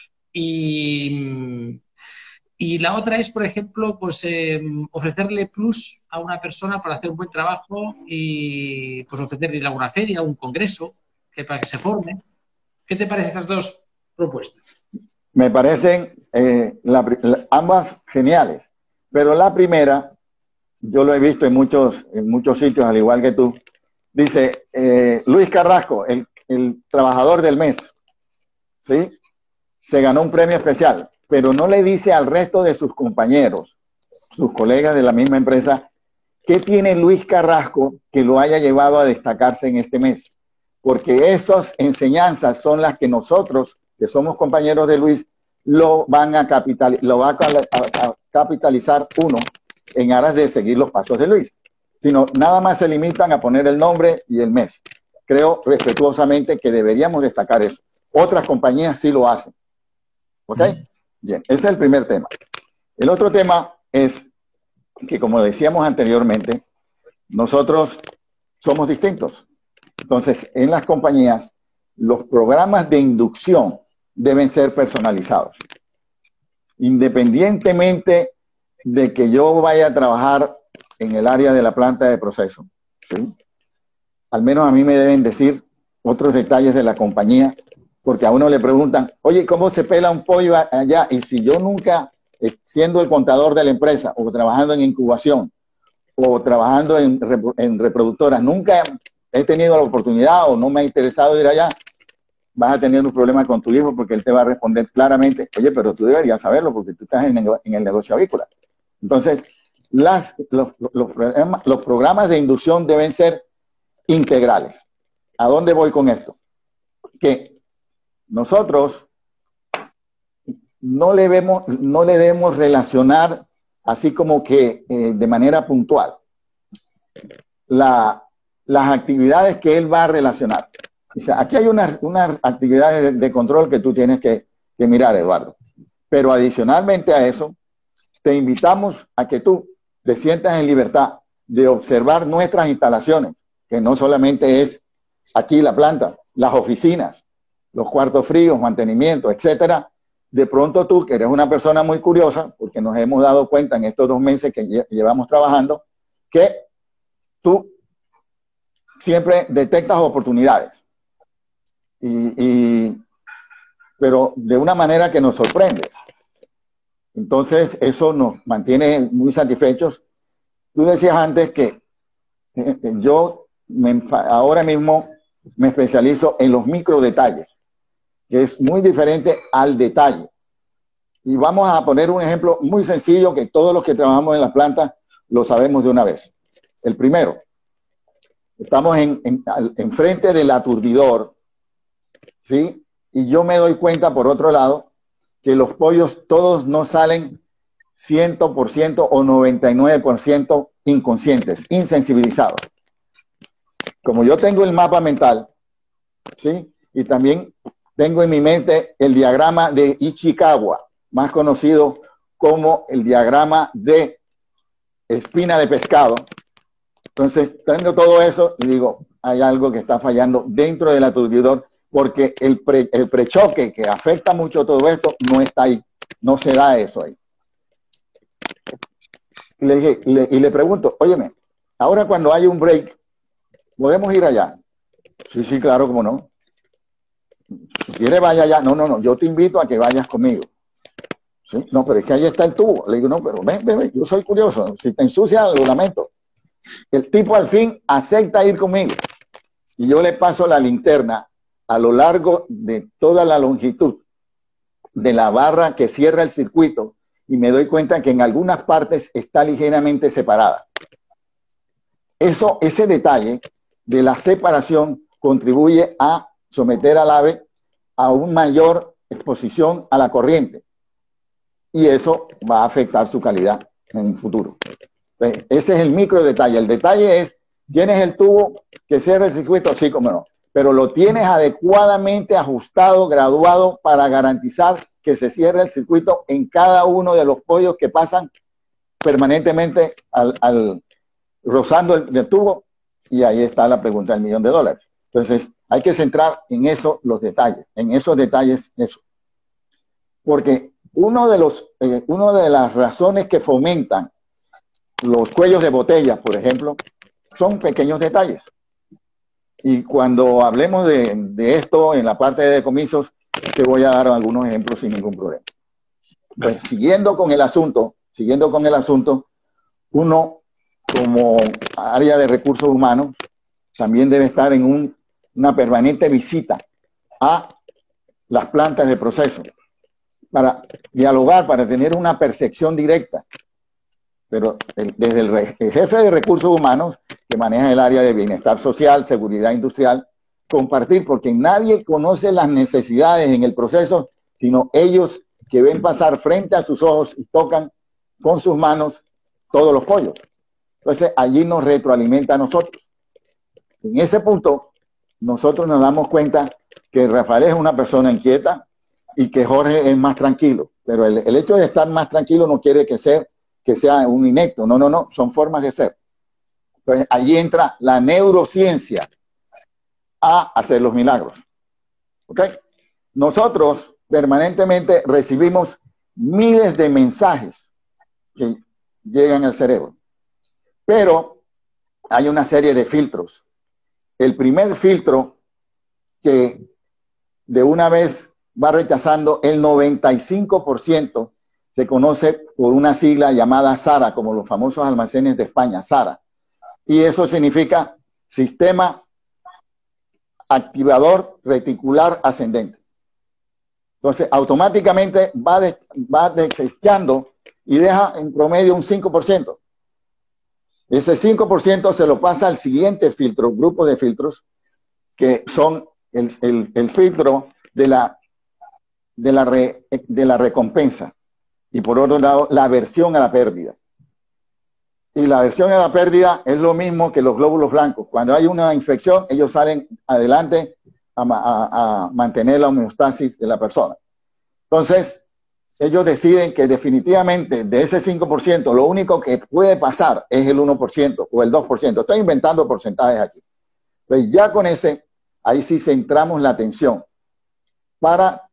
Y, y la otra es, por ejemplo, pues eh, ofrecerle plus a una persona para hacer un buen trabajo y pues ofrecerle ir a alguna feria, a un congreso, que para que se forme. ¿Qué te parecen estas dos propuestas? Me parecen eh, la, la, ambas geniales, pero la primera, yo lo he visto en muchos, en muchos sitios, al igual que tú, dice eh, Luis Carrasco, el, el trabajador del mes, ¿sí? Se ganó un premio especial, pero no le dice al resto de sus compañeros, sus colegas de la misma empresa, qué tiene Luis Carrasco que lo haya llevado a destacarse en este mes, porque esas enseñanzas son las que nosotros, que somos compañeros de Luis, lo van a capital, lo va a, a, a capitalizar uno en aras de seguir los pasos de Luis. Sino nada más se limitan a poner el nombre y el mes. Creo respetuosamente que deberíamos destacar eso. Otras compañías sí lo hacen. ¿Ok? Bien, ese es el primer tema. El otro tema es que, como decíamos anteriormente, nosotros somos distintos. Entonces, en las compañías, los programas de inducción deben ser personalizados. Independientemente de que yo vaya a trabajar en el área de la planta de proceso, ¿sí? Al menos a mí me deben decir otros detalles de la compañía, porque a uno le preguntan, oye, ¿cómo se pela un pollo allá? Y si yo nunca, siendo el contador de la empresa, o trabajando en incubación, o trabajando en, en reproductoras, nunca he tenido la oportunidad o no me ha interesado ir allá, vas a tener un problema con tu hijo porque él te va a responder claramente, oye, pero tú deberías saberlo porque tú estás en el, en el negocio avícola. Entonces, las, los, los, programas, los programas de inducción deben ser integrales. ¿A dónde voy con esto? Que nosotros no le, vemos, no le debemos relacionar así como que eh, de manera puntual la, las actividades que él va a relacionar. O sea, aquí hay unas una actividades de, de control que tú tienes que, que mirar, Eduardo. Pero adicionalmente a eso, te invitamos a que tú te sientas en libertad de observar nuestras instalaciones, que no solamente es aquí la planta, las oficinas, los cuartos fríos, mantenimiento, etcétera. De pronto tú, que eres una persona muy curiosa, porque nos hemos dado cuenta en estos dos meses que lle llevamos trabajando, que tú siempre detectas oportunidades. Y, y, pero de una manera que nos sorprende. Entonces, eso nos mantiene muy satisfechos. Tú decías antes que eh, yo me, ahora mismo me especializo en los micro detalles, que es muy diferente al detalle. Y vamos a poner un ejemplo muy sencillo que todos los que trabajamos en la planta lo sabemos de una vez. El primero, estamos en, en, en frente del aturdidor, ¿sí? Y yo me doy cuenta, por otro lado, que los pollos todos no salen cien por ciento o noventa y nueve por ciento inconscientes, insensibilizados. Como yo tengo el mapa mental, ¿sí? Y también tengo en mi mente el diagrama de Ichikawa, más conocido como el diagrama de espina de pescado, Entonces, tengo todo eso y digo, hay algo que está fallando dentro del aturbillador, porque el, pre, el prechoque que afecta mucho todo esto no está ahí, no se da eso ahí. Y le, dije, le, y le pregunto, óyeme, ahora cuando hay un break, ¿podemos ir allá? Sí, sí, claro, cómo no. Si quiere, vaya allá. No, no, no, yo te invito a que vayas conmigo. ¿Sí? No, pero es que ahí está el tubo. Le digo, no, pero ven, ven, ven, yo soy curioso. Si te ensucia, lo lamento. El tipo al fin acepta ir conmigo. Y yo le paso la linterna a lo largo de toda la longitud de la barra que cierra el circuito y me doy cuenta que en algunas partes está ligeramente separada. Eso, ese detalle de la separación contribuye a someter al ave a una mayor exposición a la corriente y eso va a afectar su calidad en el futuro. Ese es el micro detalle. El detalle es, ¿tienes el tubo que cierra el circuito? Sí, como no. Pero lo tienes adecuadamente ajustado, graduado para garantizar que se cierre el circuito en cada uno de los pollos que pasan permanentemente al, al rozando el, el tubo, y ahí está la pregunta del millón de dólares. Entonces, hay que centrar en eso los detalles, en esos detalles eso. Porque uno de los, eh, una de las razones que fomentan los cuellos de botella, por ejemplo, son pequeños detalles. Y cuando hablemos de, de esto en la parte de decomisos, te voy a dar algunos ejemplos sin ningún problema. Pues siguiendo con el asunto, siguiendo con el asunto, uno como área de recursos humanos también debe estar en un, una permanente visita a las plantas de proceso para dialogar, para tener una percepción directa. Pero el, desde el, el jefe de recursos humanos que maneja el área de bienestar social, seguridad industrial, compartir, porque nadie conoce las necesidades en el proceso, sino ellos que ven pasar frente a sus ojos y tocan con sus manos todos los pollos. Entonces, allí nos retroalimenta a nosotros. En ese punto, nosotros nos damos cuenta que Rafael es una persona inquieta y que Jorge es más tranquilo. Pero el, el hecho de estar más tranquilo no quiere que, ser, que sea un inepto. No, no, no. Son formas de ser. Entonces, allí entra la neurociencia a hacer los milagros. ¿Ok? Nosotros permanentemente recibimos miles de mensajes que llegan al cerebro. Pero hay una serie de filtros. El primer filtro que de una vez va rechazando el noventa y cinco por ciento se conoce por una sigla llamada SARA, como los famosos almacenes de España, SARA. Y eso significa Sistema Activador Reticular Ascendente. Entonces, automáticamente va, de, va desechando y deja en promedio un cinco por ciento. Ese cinco por ciento se lo pasa al siguiente filtro, grupo de filtros, que son el, el, el filtro de la, de, la re, de la recompensa. Y por otro lado, la aversión a la pérdida. Y la aversión a la pérdida es lo mismo que los glóbulos blancos. Cuando hay una infección, ellos salen adelante a, a, a mantener la homeostasis de la persona. Entonces, ellos deciden que definitivamente de ese cinco por ciento lo único que puede pasar es el uno por ciento o el dos por ciento. Estoy inventando porcentajes aquí. Pues ya con ese, ahí sí centramos la atención para,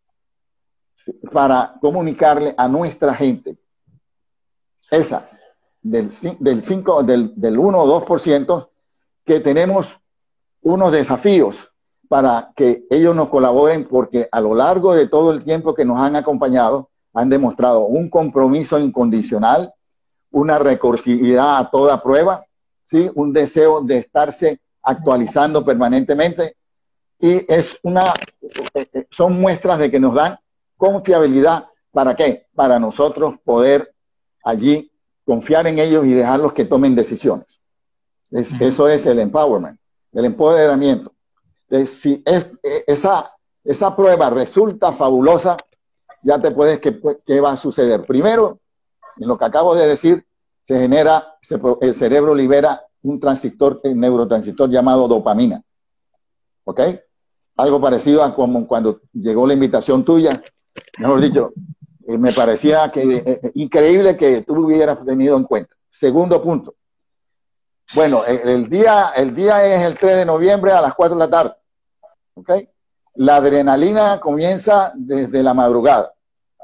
para comunicarle a nuestra gente esa del, del, cinco, del, del uno o dos por ciento que tenemos unos desafíos para que ellos nos colaboren, porque a lo largo de todo el tiempo que nos han acompañado, han demostrado un compromiso incondicional, una recursividad a toda prueba, ¿sí? Un deseo de estarse actualizando permanentemente, y es una, son muestras de que nos dan confiabilidad. ¿Para qué? Para nosotros poder allí confiar en ellos y dejarlos que tomen decisiones. Es, eso es el empowerment, el empoderamiento. Si es, esa, esa prueba resulta fabulosa, ya te puedes, ¿qué, qué va a suceder? Primero, en lo que acabo de decir, se genera, se, el cerebro libera un transistor, un neurotransistor llamado dopamina. ¿Ok? Algo parecido a como cuando llegó la invitación tuya, mejor dicho, eh, me parecía que, eh, increíble que tú hubieras tenido en cuenta. Segundo punto, Bueno, el, el, día, el día es el tres de noviembre a las cuatro de la tarde. ¿Okay? La adrenalina comienza desde la madrugada.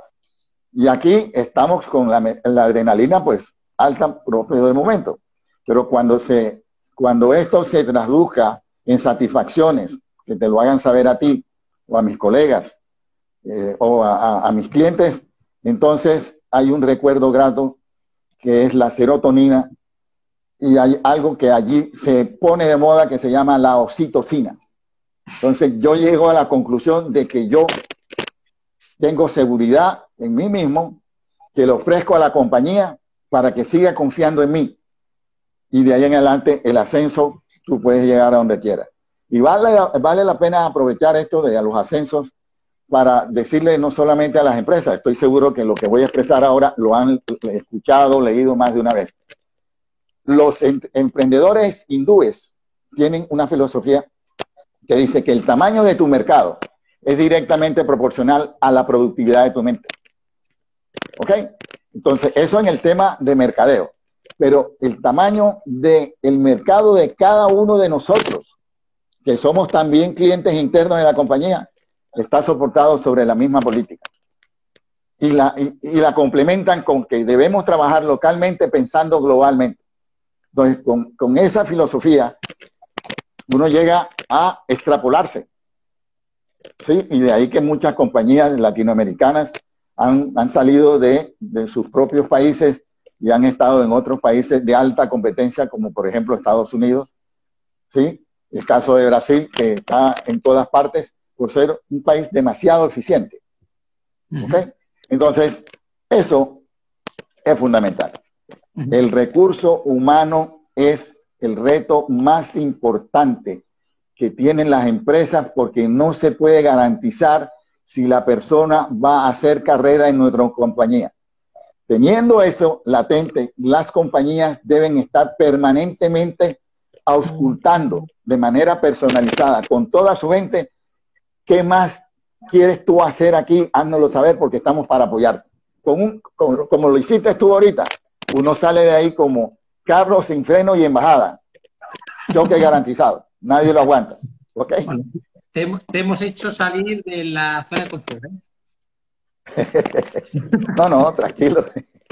Y aquí estamos con la, la adrenalina, pues, alta propio del momento. Pero cuando, se, cuando esto se traduzca en satisfacciones, que te lo hagan saber a ti o a mis colegas eh, o a, a, a mis clientes, entonces hay un recuerdo grato que es la serotonina, y hay algo que allí se pone de moda que se llama la oxitocina. Entonces yo llego a la conclusión de que yo tengo seguridad en mí mismo, que le ofrezco a la compañía para que siga confiando en mí. Y de ahí en adelante el ascenso, tú puedes llegar a donde quieras. Y vale, vale la pena aprovechar esto de los ascensos para decirle no solamente a las empresas, estoy seguro que lo que voy a expresar ahora lo han escuchado, leído más de una vez. Los em emprendedores hindúes tienen una filosofía que dice que el tamaño de tu mercado es directamente proporcional a la productividad de tu mente. ¿Ok? Entonces, eso en el tema de mercadeo. Pero el tamaño del mercado de cada uno de nosotros, que somos también clientes internos de la compañía, está soportado sobre la misma política. Y la, y, y la complementan con que debemos trabajar localmente pensando globalmente. Entonces, con, con esa filosofía, uno llega a extrapolarse. ¿Sí? Y de ahí que muchas compañías latinoamericanas han, han salido de, de sus propios países y han estado en otros países de alta competencia, como por ejemplo Estados Unidos. ¿Sí? El caso de Brasil, que está en todas partes por ser un país demasiado eficiente. Uh-huh. ¿Okay? Entonces, eso es fundamental. Uh-huh. El recurso humano es el reto más importante que tienen las empresas, porque no se puede garantizar si la persona va a hacer carrera en nuestra compañía. Teniendo eso latente, las compañías deben estar permanentemente auscultando de manera personalizada con toda su gente, ¿qué más quieres tú hacer aquí? Háznoslo saber, porque estamos para apoyarte. Con un, con, como lo hiciste tú ahorita, uno sale de ahí como carro sin freno y embajada. Choque garantizado. Nadie lo aguanta. ¿Ok? Bueno, te, hemos, te hemos hecho salir de la zona de confort, ¿eh? No, no, tranquilo.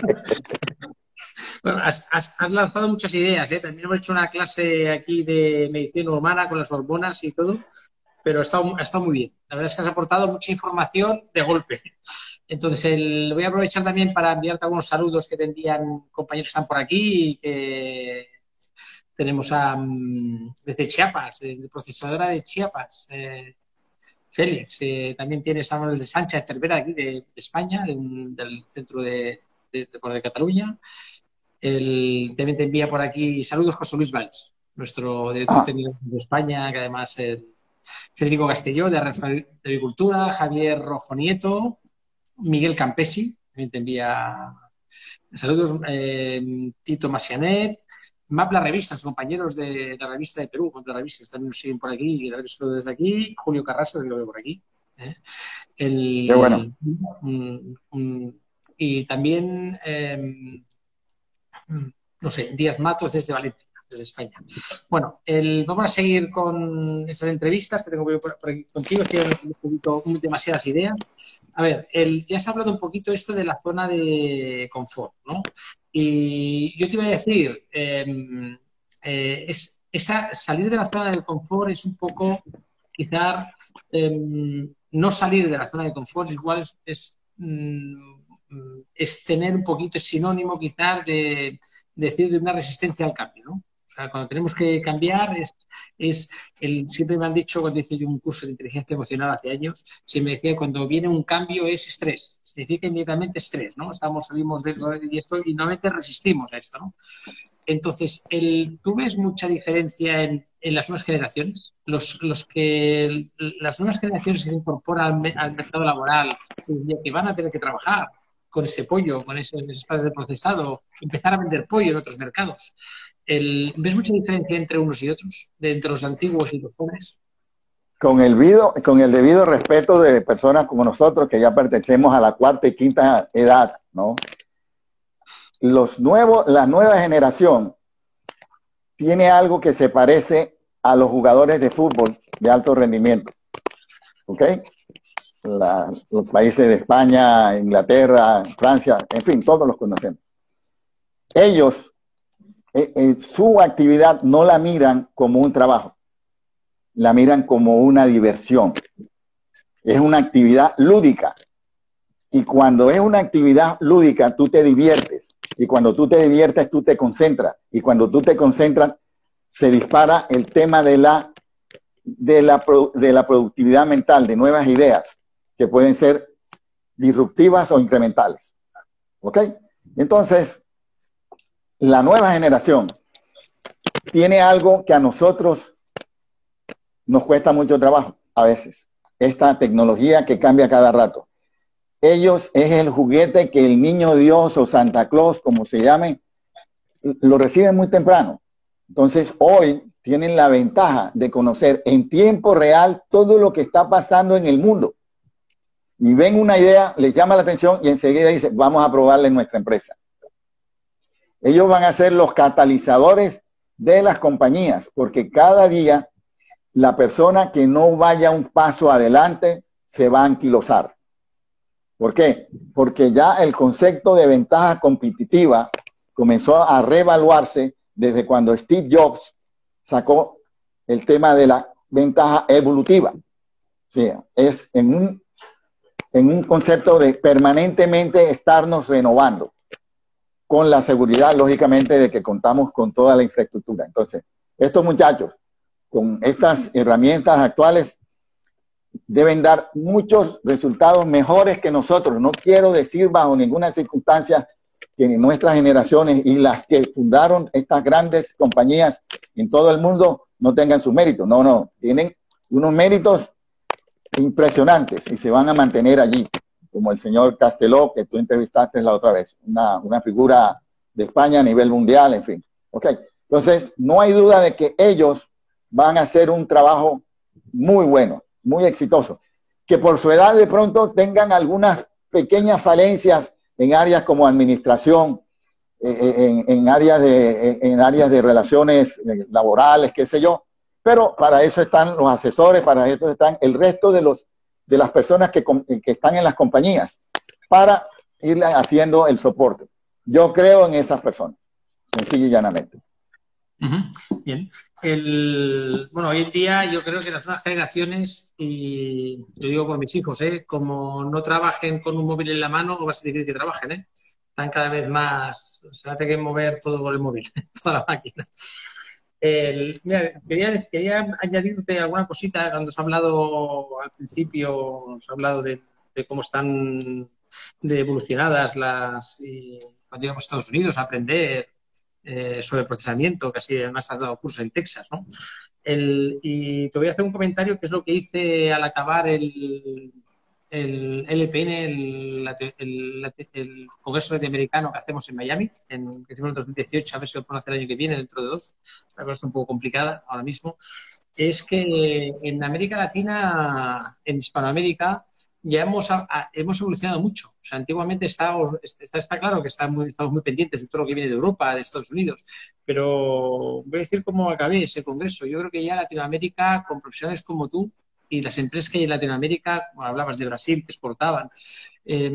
Bueno, has, has, has lanzado muchas ideas, ¿eh? También hemos hecho una clase aquí de medicina humana con las hormonas y todo, pero ha estado, ha estado muy bien. La verdad es que has aportado mucha información de golpe. Entonces, el, voy a aprovechar también para enviarte algunos saludos que te envían compañeros que están por aquí y que tenemos a, um, desde Chiapas, de procesadora de Chiapas, eh, Félix. Eh, también tienes a Manuel de Sánchez Cervera, aquí de, de España, de un, del centro de, de, de, de Cataluña. El, también te envía por aquí saludos José Luis Valls, nuestro director ah. técnico de España, que además eh, Federico Castelló, de de Agricultura, Javier Rojo Nieto, Miguel Campesi, también te envía saludos, eh, Tito Masianet, Map la Revista, sus compañeros de la revista de Perú, Map la Revista, que también nos siguen por aquí, y darles saludos desde aquí, Julio Carrasco, que lo veo por aquí. ¿eh? El, Qué bueno. Un, un, y también, eh, no sé, Díaz Matos desde Valencia, desde España. Bueno, el, vamos a seguir con estas entrevistas que tengo por, por aquí contigo, estoy un poquito, demasiadas ideas. A ver, el, ya se ha hablado un poquito esto de la zona de confort, ¿no? Y yo te iba a decir, eh, eh, es, esa, salir de la zona del confort es un poco, quizá, eh, no salir de la zona de confort, igual es, es, es tener un poquito, es sinónimo quizá de, de decir de una resistencia al cambio, ¿no? O sea, cuando tenemos que cambiar, es, es el, siempre me han dicho, cuando hice yo un curso de inteligencia emocional hace años, siempre me decía, cuando viene un cambio es estrés, significa inmediatamente estrés, ¿no? Estamos, salimos de esto y esto y normalmente resistimos a esto, ¿no? Entonces, el, ¿tú ves mucha diferencia en, en las nuevas generaciones? Los, los que, las nuevas generaciones que se incorporan al, al mercado laboral, que van a tener que trabajar con ese pollo, con esos espacios de procesado, empezar a vender pollo en otros mercados. El, ¿Ves mucha diferencia entre unos y otros, de entre los antiguos y los jóvenes? Con el, debido, con el debido respeto de personas como nosotros, que ya pertenecemos a la cuarta y quinta edad, ¿no? Los nuevos, la nueva generación tiene algo que se parece a los jugadores de fútbol de alto rendimiento. ¿Ok? La, los países de España, Inglaterra, Francia, en fin, todos los conocemos. Ellos, eh, eh, su actividad no la miran como un trabajo, la miran como una diversión. Es una actividad lúdica. Y cuando es una actividad lúdica, tú te diviertes. Y cuando tú te diviertes, tú te concentras. Y cuando tú te concentras, se dispara el tema de la, de la, de la productividad mental, de nuevas ideas, que pueden ser disruptivas o incrementales. ¿Ok? Entonces, la nueva generación tiene algo que a nosotros nos cuesta mucho trabajo, a veces. Esta tecnología que cambia cada rato. Ellos es el juguete que el niño Dios o Santa Claus, como se llame, lo reciben muy temprano. Entonces, hoy tienen la ventaja de conocer en tiempo real todo lo que está pasando en el mundo. Y ven una idea, les llama la atención y enseguida dicen, vamos a probarla en nuestra empresa. Ellos van a ser los catalizadores de las compañías, porque cada día la persona que no vaya un paso adelante se va a anquilosar. ¿Por qué? Porque ya el concepto de ventaja competitiva comenzó a reevaluarse desde cuando Steve Jobs sacó el tema de la ventaja evolutiva. Sí, es en un, en un concepto de permanentemente estarnos renovando, con la seguridad, lógicamente, de que contamos con toda la infraestructura. Entonces, estos muchachos, con estas herramientas actuales, deben dar muchos resultados mejores que nosotros. No quiero decir bajo ninguna circunstancia que nuestras generaciones y las que fundaron estas grandes compañías en todo el mundo no tengan sus méritos. No, no, tienen unos méritos impresionantes y se van a mantener allí, como el señor Casteló, que tú entrevistaste la otra vez, una, una figura de España a nivel mundial, en fin. Okay. Entonces, no hay duda de que ellos van a hacer un trabajo muy bueno, muy exitoso, que por su edad de pronto tengan algunas pequeñas falencias en áreas como administración, en, en, áreas, de, en, en áreas de relaciones laborales, qué sé yo, pero para eso están los asesores, para eso están el resto de, los, de las personas que, que están en las compañías, para ir haciendo el soporte. Yo creo en esas personas, sencillo y llanamente. Uh-huh. Bien. El, bueno, hoy en día yo creo que las nuevas generaciones, y yo digo por mis hijos, ¿eh? Como no trabajen con un móvil en la mano, va a ser difícil que trabajen, ¿eh? Están cada vez más, se hace que mover todo con el móvil, toda la máquina. El, mira, quería, quería añadirte alguna cosita. Cuando os he hablado al principio, os he hablado de, de cómo están de evolucionadas las, y cuando íbamos a Estados Unidos a aprender Eh, sobre procesamiento, que así además has dado cursos en Texas, ¿no? El, y te voy a hacer un comentario que es lo que hice al acabar el, el L P N, el, el, el, el Congreso Latinoamericano que hacemos en Miami, en, que hicimos en dos mil dieciocho, a ver si lo podemos hacer el año que viene, dentro de dos, la cosa está un poco complicada ahora mismo. Es que en América Latina, en Hispanoamérica, ya hemos, a, hemos evolucionado mucho. O sea, antiguamente está, está, está claro que está muy, estamos muy pendientes de todo lo que viene de Europa, de Estados Unidos, pero voy a decir cómo acabé ese congreso. Yo creo que ya Latinoamérica, con profesionales como tú y las empresas que hay en Latinoamérica, como hablabas de Brasil, que exportaban, eh,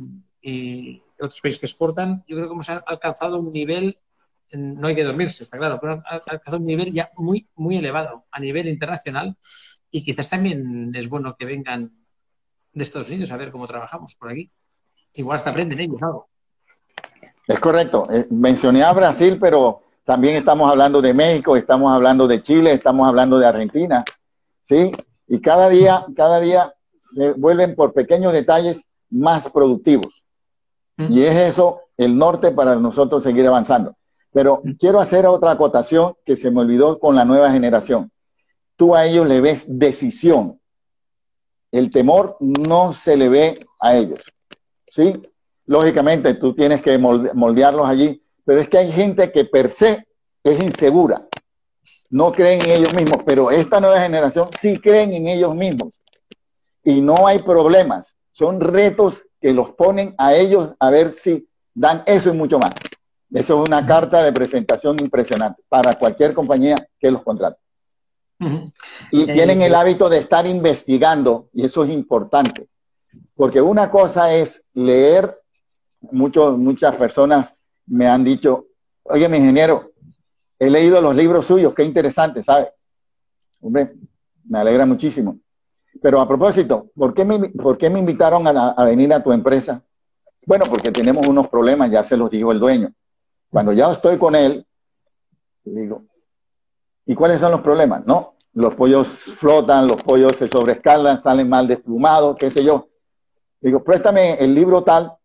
y otros países que exportan, yo creo que hemos alcanzado un nivel, no hay que dormirse, está claro, pero ha alcanzado un nivel ya muy, muy elevado a nivel internacional, y quizás también es bueno que vengan de Estados Unidos a ver cómo trabajamos por aquí. Igual hasta aprenden ellos algo. Es correcto. Eh, mencioné a Brasil, pero también estamos hablando de México, estamos hablando de Chile, estamos hablando de Argentina, ¿sí? Y cada día, cada día se vuelven por pequeños detalles más productivos. ¿Mm? Y es eso el norte para nosotros seguir avanzando. Pero ¿Mm? quiero hacer otra acotación que se me olvidó con la nueva generación. Tú a ellos le ves decisión. El temor no se le ve a ellos, ¿sí? Lógicamente, tú tienes que moldearlos allí, pero es que hay gente que per se es insegura, no creen en ellos mismos, pero esta nueva generación sí creen en ellos mismos y no hay problemas. Son retos que los ponen a ellos a ver si dan eso y mucho más. Eso es una carta de presentación impresionante para cualquier compañía que los contrate. Uh-huh. Y eh, tienen el hábito de estar investigando, y eso es importante, porque una cosa es leer. Muchos, muchas personas me han dicho, oye, mi ingeniero, he leído los libros suyos, qué interesante, ¿sabe? Hombre, me alegra muchísimo. Pero a propósito, ¿por qué me, por qué me invitaron a, a venir a tu empresa? Bueno, porque tenemos unos problemas, ya se los dijo el dueño. Cuando ya estoy con él, digo, ¿y cuáles son los problemas? No, los pollos flotan, los pollos se sobrescalan, salen mal desplumados, qué sé yo. Digo, préstame el libro tal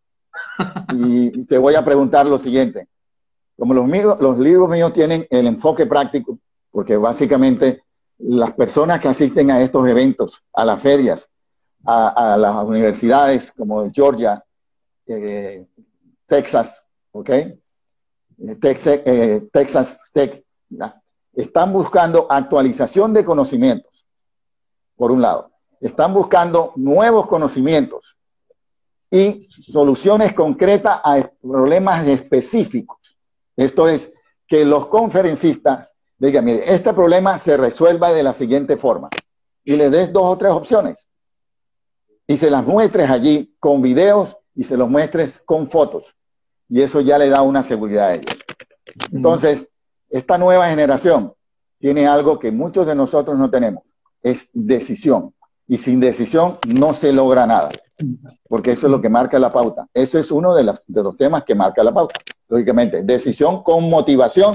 y te voy a preguntar lo siguiente. Como los, míos, los libros míos tienen el enfoque práctico, porque básicamente las personas que asisten a estos eventos, a las ferias, a, a las universidades como Georgia, eh, Texas, ¿ok? Texas, eh, Texas Tech, ¿ya? Están buscando actualización de conocimientos, por un lado. Están buscando nuevos conocimientos y soluciones concretas a problemas específicos. Esto es, que los conferencistas digan, mire, este problema se resuelva de la siguiente forma, y le des dos o tres opciones, y se las muestres allí con videos, y se los muestres con fotos, y eso ya le da una seguridad a ellos. Entonces, esta nueva generación tiene algo que muchos de nosotros no tenemos, es decisión, y sin decisión no se logra nada, porque eso es lo que marca la pauta. Eso es uno de, las, de los temas que marca la pauta, lógicamente. Decisión con motivación.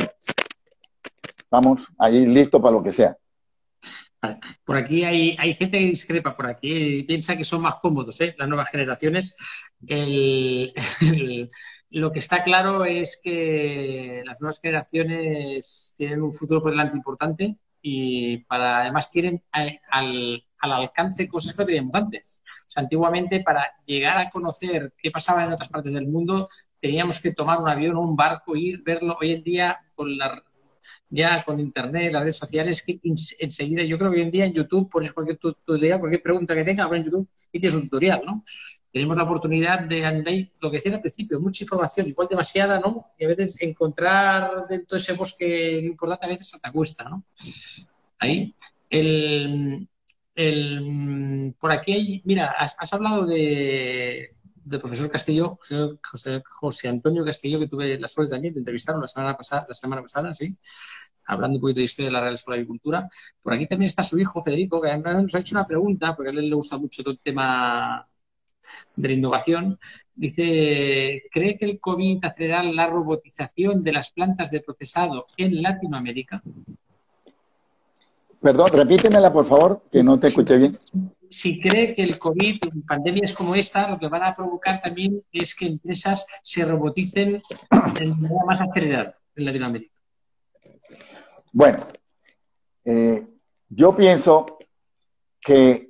Estamos ahí listos para lo que sea. Por aquí hay, hay gente que discrepa, por aquí piensa que son más cómodos, ¿eh? Las nuevas generaciones. El, el, lo que está claro es que las nuevas generaciones tienen un futuro por delante importante y para, además tienen al, al, al alcance cosas que no teníamos antes. O sea, antiguamente, para llegar a conocer qué pasaba en otras partes del mundo, teníamos que tomar un avión o un barco, ir, verlo. Hoy en día, con la, ya con internet, las redes sociales, que enseguida, yo creo que hoy en día en YouTube pones cualquier tutorial, cualquier pregunta que tenga, en YouTube y tienes un tutorial, ¿no? Tenemos la oportunidad de andar, lo que decía al principio, mucha información, igual demasiada, ¿no? Y a veces encontrar dentro de ese bosque lo importante a veces te cuesta, ¿no? Ahí. El... El, por aquí hay, mira, has, has hablado de, del profesor Castillo, José, José, José Antonio Castillo, que tuve la suerte también de entrevistarlo la semana pasada, la semana pasada, sí, hablando un poquito de historia de la Real Escuela de Agricultura. Por aquí también está su hijo, Federico, que nos ha hecho una pregunta, porque a él le gusta mucho todo el tema de la innovación. Dice, ¿cree que el COVID acelerará la robotización de las plantas de procesado en Latinoamérica? Perdón, repítemela, por favor, que no te escuché bien. Si cree que el COVID, pandemias como esta, lo que van a provocar también es que empresas se roboticen de manera más acelerada en Latinoamérica. Bueno, eh, yo pienso que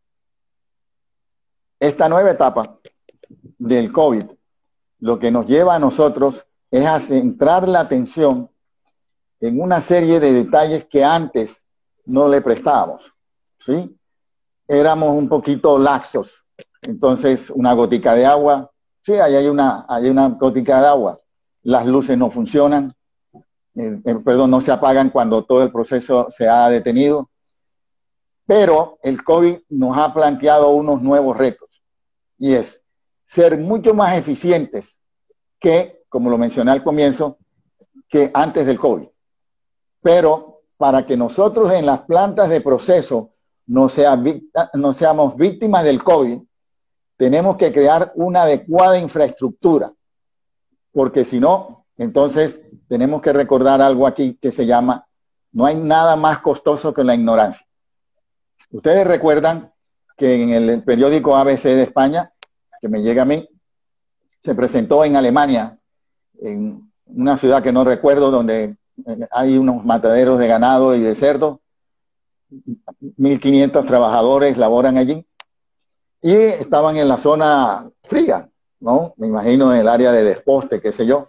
esta nueva etapa del COVID, lo que nos lleva a nosotros es a centrar la atención en una serie de detalles que antes no le prestábamos, ¿sí? Éramos un poquito laxos. Entonces, una gotica de agua, sí, ahí hay una, hay una gotica de agua. Las luces no funcionan, eh, eh, perdón, no se apagan cuando todo el proceso se ha detenido. Pero el COVID nos ha planteado unos nuevos retos, y es ser mucho más eficientes que, como lo mencioné al comienzo, que antes del COVID. Pero para que nosotros en las plantas de proceso no, sea, no seamos víctimas del COVID, tenemos que crear una adecuada infraestructura, porque si no, entonces tenemos que recordar algo aquí que se llama, no hay nada más costoso que la ignorancia. Ustedes recuerdan que en el periódico A B C de España, que me llega a mí, se presentó en Alemania, en una ciudad que no recuerdo, donde hay unos mataderos de ganado y de cerdo, mil quinientos trabajadores laboran allí, y estaban en la zona fría, ¿no? Me imagino en el área de desposte, qué sé yo.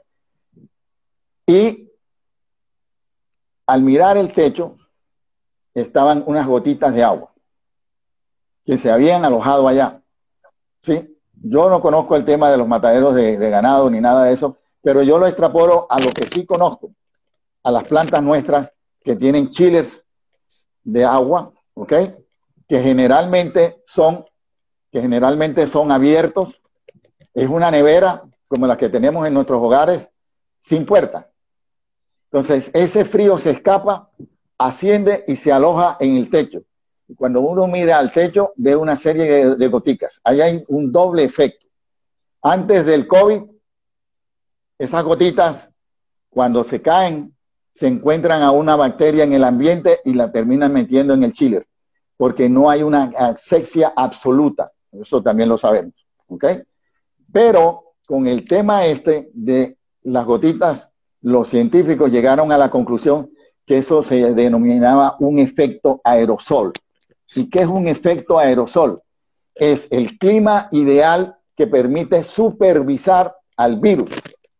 Y al mirar el techo, estaban unas gotitas de agua que se habían alojado allá, ¿sí? Yo no conozco el tema de los mataderos de, de ganado ni nada de eso, pero yo lo extrapolo a lo que sí conozco, a las plantas nuestras que tienen chillers de agua, ¿ok? Que generalmente son, que generalmente son abiertos. Es una nevera como la que tenemos en nuestros hogares, sin puerta. Entonces, ese frío se escapa, asciende y se aloja en el techo. Y cuando uno mira al techo, ve una serie de, de goticas. Ahí hay un doble efecto. Antes del COVID, esas gotitas, cuando se caen, se encuentran a una bacteria en el ambiente y la terminan metiendo en el chiller, porque no hay una asepsia absoluta. Eso también lo sabemos, ¿ok? Pero con el tema este de las gotitas, los científicos llegaron a la conclusión que eso se denominaba un efecto aerosol. ¿Y qué es un efecto aerosol? Es el clima ideal que permite supervisar al virus.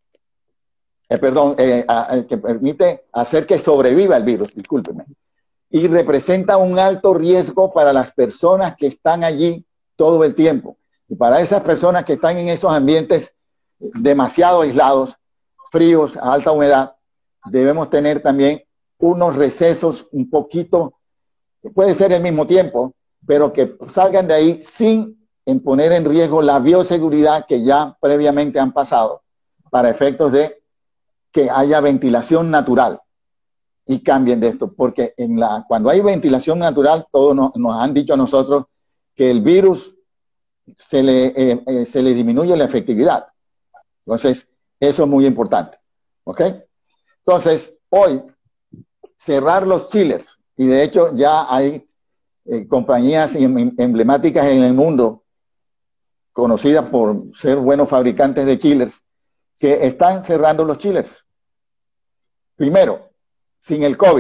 Eh, perdón, eh, a, a, que permite hacer que sobreviva el virus, discúlpeme. Y representa un alto riesgo para las personas que están allí todo el tiempo. Y para esas personas que están en esos ambientes demasiado aislados, fríos, a alta humedad, debemos tener también unos recesos un poquito, puede ser el mismo tiempo, pero que salgan de ahí sin poner en riesgo la bioseguridad que ya previamente han pasado para efectos de que haya ventilación natural y cambien de esto, porque en la, cuando hay ventilación natural, todos nos, nos han dicho a nosotros que el virus se le, eh, eh, se le disminuye la efectividad. Entonces, eso es muy importante. ¿Ok? Entonces, hoy, cerrar los chillers, y de hecho ya hay eh, compañías em emblemáticas en el mundo, conocidas por ser buenos fabricantes de chillers, que están cerrando los chillers. Primero, sin el COVID,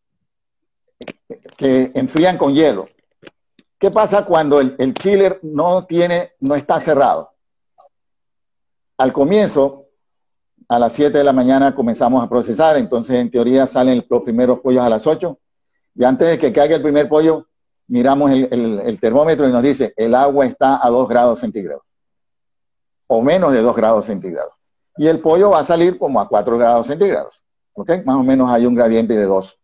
que enfrían con hielo. ¿Qué pasa cuando el, el chiller no tiene, no está cerrado? Al comienzo, a las siete de la mañana comenzamos a procesar, entonces en teoría salen los primeros pollos a las ocho, y antes de que caiga el primer pollo, miramos el, el, el termómetro y nos dice, el agua está a dos grados centígrados, o menos de dos grados centígrados. Y el pollo va a salir como a cuatro grados centígrados, ¿ok? Más o menos hay un gradiente de dos.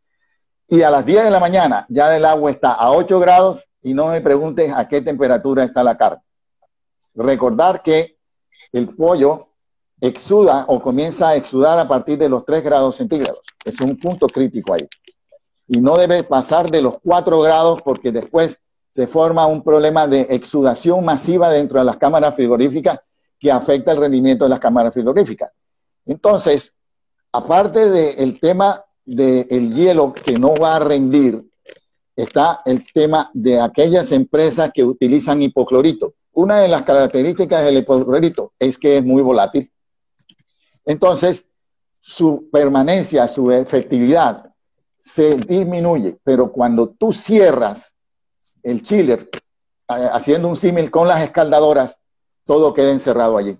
Y a las diez de la mañana ya el agua está a ocho grados y no me preguntes a qué temperatura está la carne. Recordar que el pollo exuda o comienza a exudar a partir de los tres grados centígrados. Es un punto crítico ahí. Y no debe pasar de los cuatro grados porque después se forma un problema de exudación masiva dentro de las cámaras frigoríficas que afecta el rendimiento de las cámaras frigoríficas. Entonces, aparte del tema del hielo que no va a rendir, está el tema de aquellas empresas que utilizan hipoclorito. Una de las características del hipoclorito es que es muy volátil. Entonces, su permanencia, su efectividad se disminuye, pero cuando tú cierras el chiller, haciendo un símil con las escaldadoras, todo queda encerrado allí.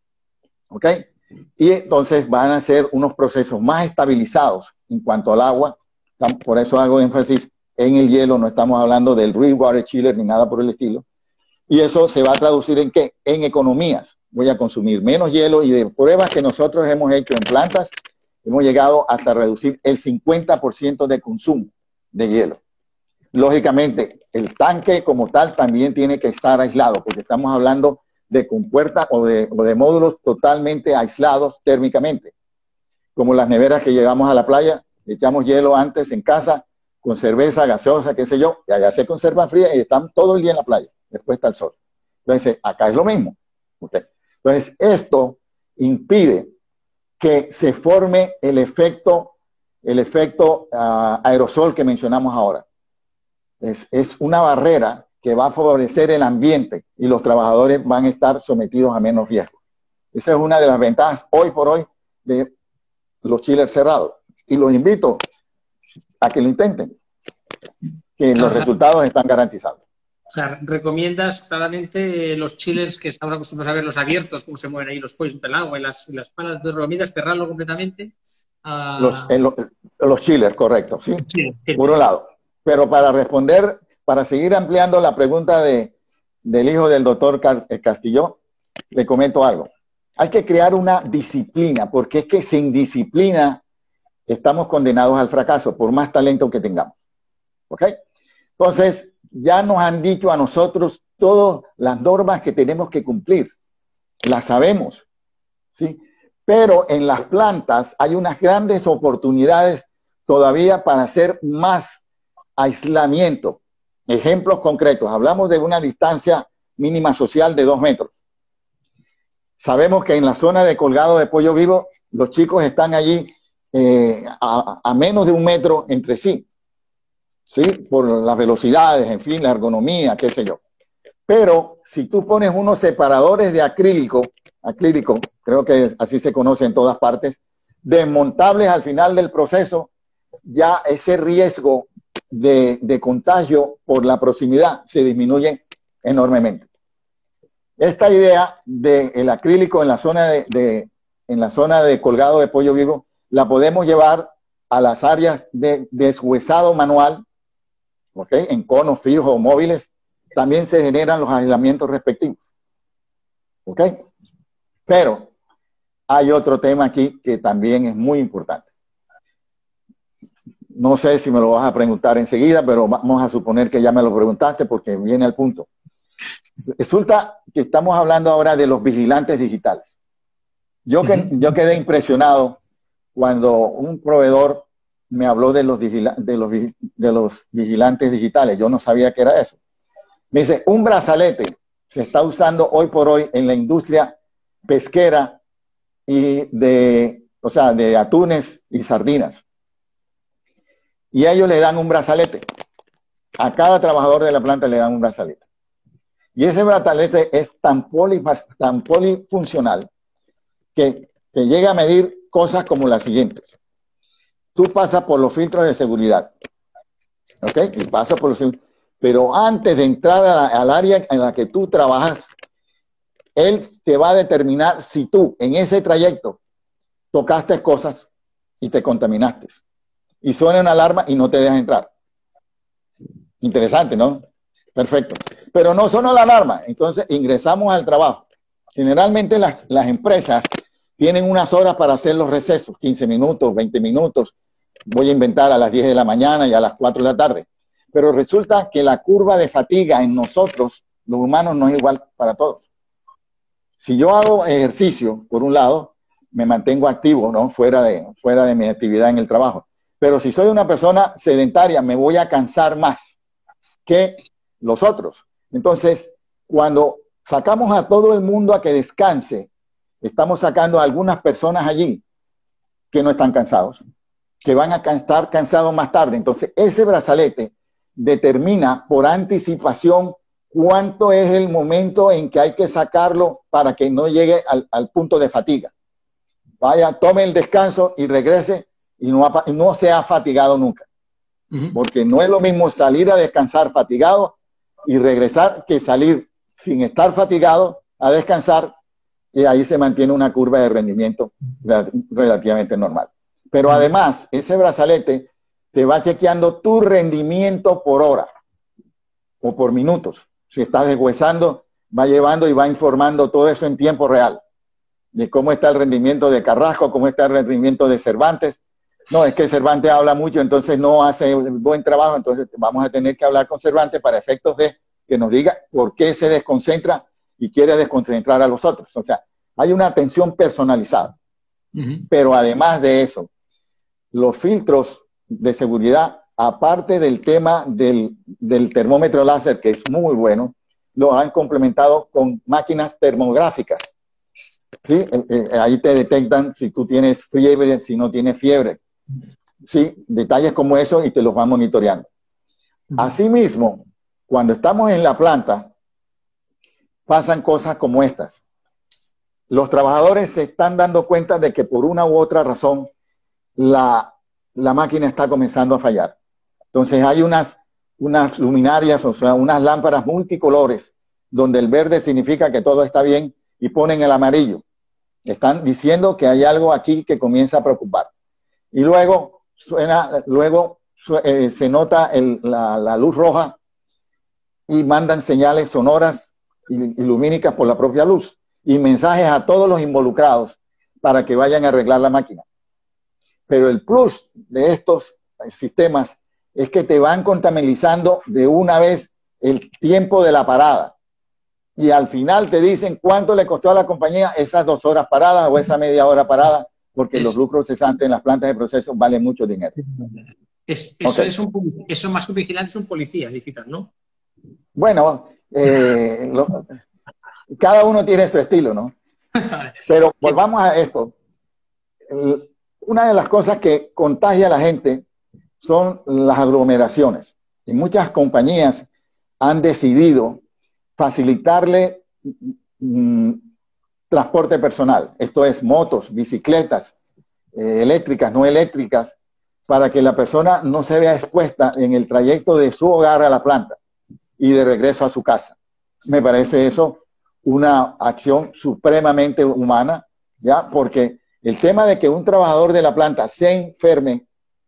¿Ok? Y entonces van a ser unos procesos más estabilizados en cuanto al agua. Por eso hago énfasis en el hielo, no estamos hablando del real water chiller ni nada por el estilo. Y eso se va a traducir en ¿qué? En economías. Voy a consumir menos hielo y de pruebas que nosotros hemos hecho en plantas, hemos llegado hasta reducir el cincuenta por ciento de consumo de hielo. Lógicamente, el tanque como tal también tiene que estar aislado, porque estamos hablando de compuertas o de, o de módulos totalmente aislados térmicamente. Como las neveras que llevamos a la playa, echamos hielo antes en casa, con cerveza, gaseosa, qué sé yo, y allá se conservan frías y están todo el día en la playa, después está el sol. Entonces, acá es lo mismo. ¿Okay? Entonces, esto impide que se forme el efecto, el efecto uh, aerosol que mencionamos ahora. Es, es una barrera que va a favorecer el ambiente y los trabajadores van a estar sometidos a menos riesgo. Esa es una de las ventajas hoy por hoy de los chillers cerrados. Y los invito a que lo intenten, que los resultados están garantizados. O sea, recomiendas claramente los chillers que estamos acostumbrados a ver, los abiertos, cómo se mueven ahí los pollos del agua y las, y las palas, ¿te recomiendas cerrarlo completamente? A... Los, en lo, los chillers, correcto, ¿sí? Sí, sí. Por un lado. Pero para responder, para seguir ampliando la pregunta de, del hijo del doctor Castilló, le comento algo. Hay que crear una disciplina, porque es que sin disciplina estamos condenados al fracaso, por más talento que tengamos. ¿Ok? Entonces, ya nos han dicho a nosotros todas las normas que tenemos que cumplir. Las sabemos, ¿sí? Pero en las plantas hay unas grandes oportunidades todavía para hacer más aislamiento. Ejemplos concretos. Hablamos de una distancia mínima social de dos metros. Sabemos que en la zona de colgado de pollo vivo, los chicos están allí eh, a, a menos de un metro entre sí, ¿sí? Por las velocidades, en fin, la ergonomía, qué sé yo. Pero si tú pones unos separadores de acrílico, acrílico, creo que así se conoce en todas partes, desmontables al final del proceso, ya ese riesgo de, de contagio por la proximidad se disminuye enormemente. Esta idea del acrílico en la zona de, de, en la zona de colgado de pollo vivo la podemos llevar a las áreas de deshuesado manual, ¿okay? En conos fijos o móviles, también se generan los aislamientos respectivos. ¿Ok? Pero hay otro tema aquí que también es muy importante. No sé si me lo vas a preguntar enseguida, pero vamos a suponer que ya me lo preguntaste porque viene al punto. Resulta que estamos hablando ahora de los vigilantes digitales. Yo, que, yo quedé impresionado cuando un proveedor me habló de los, vigila de, los, de los vigilantes digitales. Yo no sabía qué era eso. Me dice, un brazalete se está usando hoy por hoy en la industria pesquera y de, o sea, de atunes y sardinas. Y a ellos le dan un brazalete. A cada trabajador de la planta le dan un brazalete. Y ese brazalete es tan, poli, tan polifuncional que, que llega a medir cosas como las siguientes. Tú pasas por los filtros de seguridad. ¿Ok? Y pasas por los Pero antes de entrar a la, al área en la que tú trabajas, él te va a determinar si tú en ese trayecto tocaste cosas y te contaminaste. Y suena una alarma y no te deja entrar. Interesante, ¿no? Perfecto. Pero no sonó la alarma. Entonces ingresamos al trabajo. Generalmente las, las empresas tienen unas horas para hacer los recesos, quince minutos, veinte minutos. Voy a inventar a las diez de la mañana y a las cuatro de la tarde. Pero resulta que la curva de fatiga en nosotros, los humanos, no es igual para todos. Si yo hago ejercicio, por un lado, me mantengo activo, ¿no? Fuera de, fuera de mi actividad en el trabajo. Pero si soy una persona sedentaria, me voy a cansar más que los otros. Entonces, cuando sacamos a todo el mundo a que descanse, estamos sacando a algunas personas allí que no están cansados, que van a estar cansados más tarde. Entonces, ese brazalete determina por anticipación cuánto es el momento en que hay que sacarlo para que no llegue al, al punto de fatiga. Vaya, tome el descanso y regrese y no, ha, no se ha fatigado nunca. Uh-huh. Porque no es lo mismo salir a descansar fatigado y regresar que salir sin estar fatigado a descansar, y ahí se mantiene una curva de rendimiento relativamente normal. Pero uh-huh. además, ese brazalete te va chequeando tu rendimiento por hora o por minutos. Si estás deshuesando, va llevando y va informando todo eso en tiempo real. De cómo está el rendimiento de Carrasco, cómo está el rendimiento de Cervantes. No, es que Cervantes habla mucho, entonces no hace buen trabajo, entonces vamos a tener que hablar con Cervantes para efectos de que nos diga por qué se desconcentra y quiere desconcentrar a los otros. O sea, hay una atención personalizada. Uh-huh. Pero además de eso, los filtros de seguridad, aparte del tema del, del termómetro láser, que es muy bueno, lo han complementado con máquinas termográficas. ¿Sí? Eh, eh, ahí te detectan si tú tienes fiebre, si no tienes fiebre. ¿Sí? Detalles como eso y te los van monitoreando. Uh-huh. Asimismo, cuando estamos en la planta, pasan cosas como estas. Los trabajadores se están dando cuenta de que por una u otra razón la, la máquina está comenzando a fallar. Entonces hay unas, unas luminarias, o sea, unas lámparas multicolores, donde el verde significa que todo está bien y ponen el amarillo. Están diciendo que hay algo aquí que comienza a preocupar. Y luego, suena, luego eh, se nota el, la, la luz roja y mandan señales sonoras y, y lumínicas por la propia luz. y mensajes a todos los involucrados para que vayan a arreglar la máquina. Pero el plus de estos sistemas es que te van contabilizando de una vez el tiempo de la parada. Y al final te dicen cuánto le costó a la compañía esas dos horas paradas o esa media hora parada, porque es, los lucros cesantes en las plantas de proceso valen mucho dinero. Es, eso, okay. es un, eso más que un vigilante es un policía, digital, ¿no? Bueno, eh, lo, cada uno tiene su estilo, ¿no? Pero volvamos a esto. Una de las cosas que contagia a la gente son las aglomeraciones. Y muchas compañías han decidido facilitarle mm, transporte personal. Esto es motos, bicicletas, eh, eléctricas, no eléctricas, para que la persona no se vea expuesta en el trayecto de su hogar a la planta y de regreso a su casa. Me parece eso una acción supremamente humana, ¿ya? Porque el tema de que un trabajador de la planta se enferme,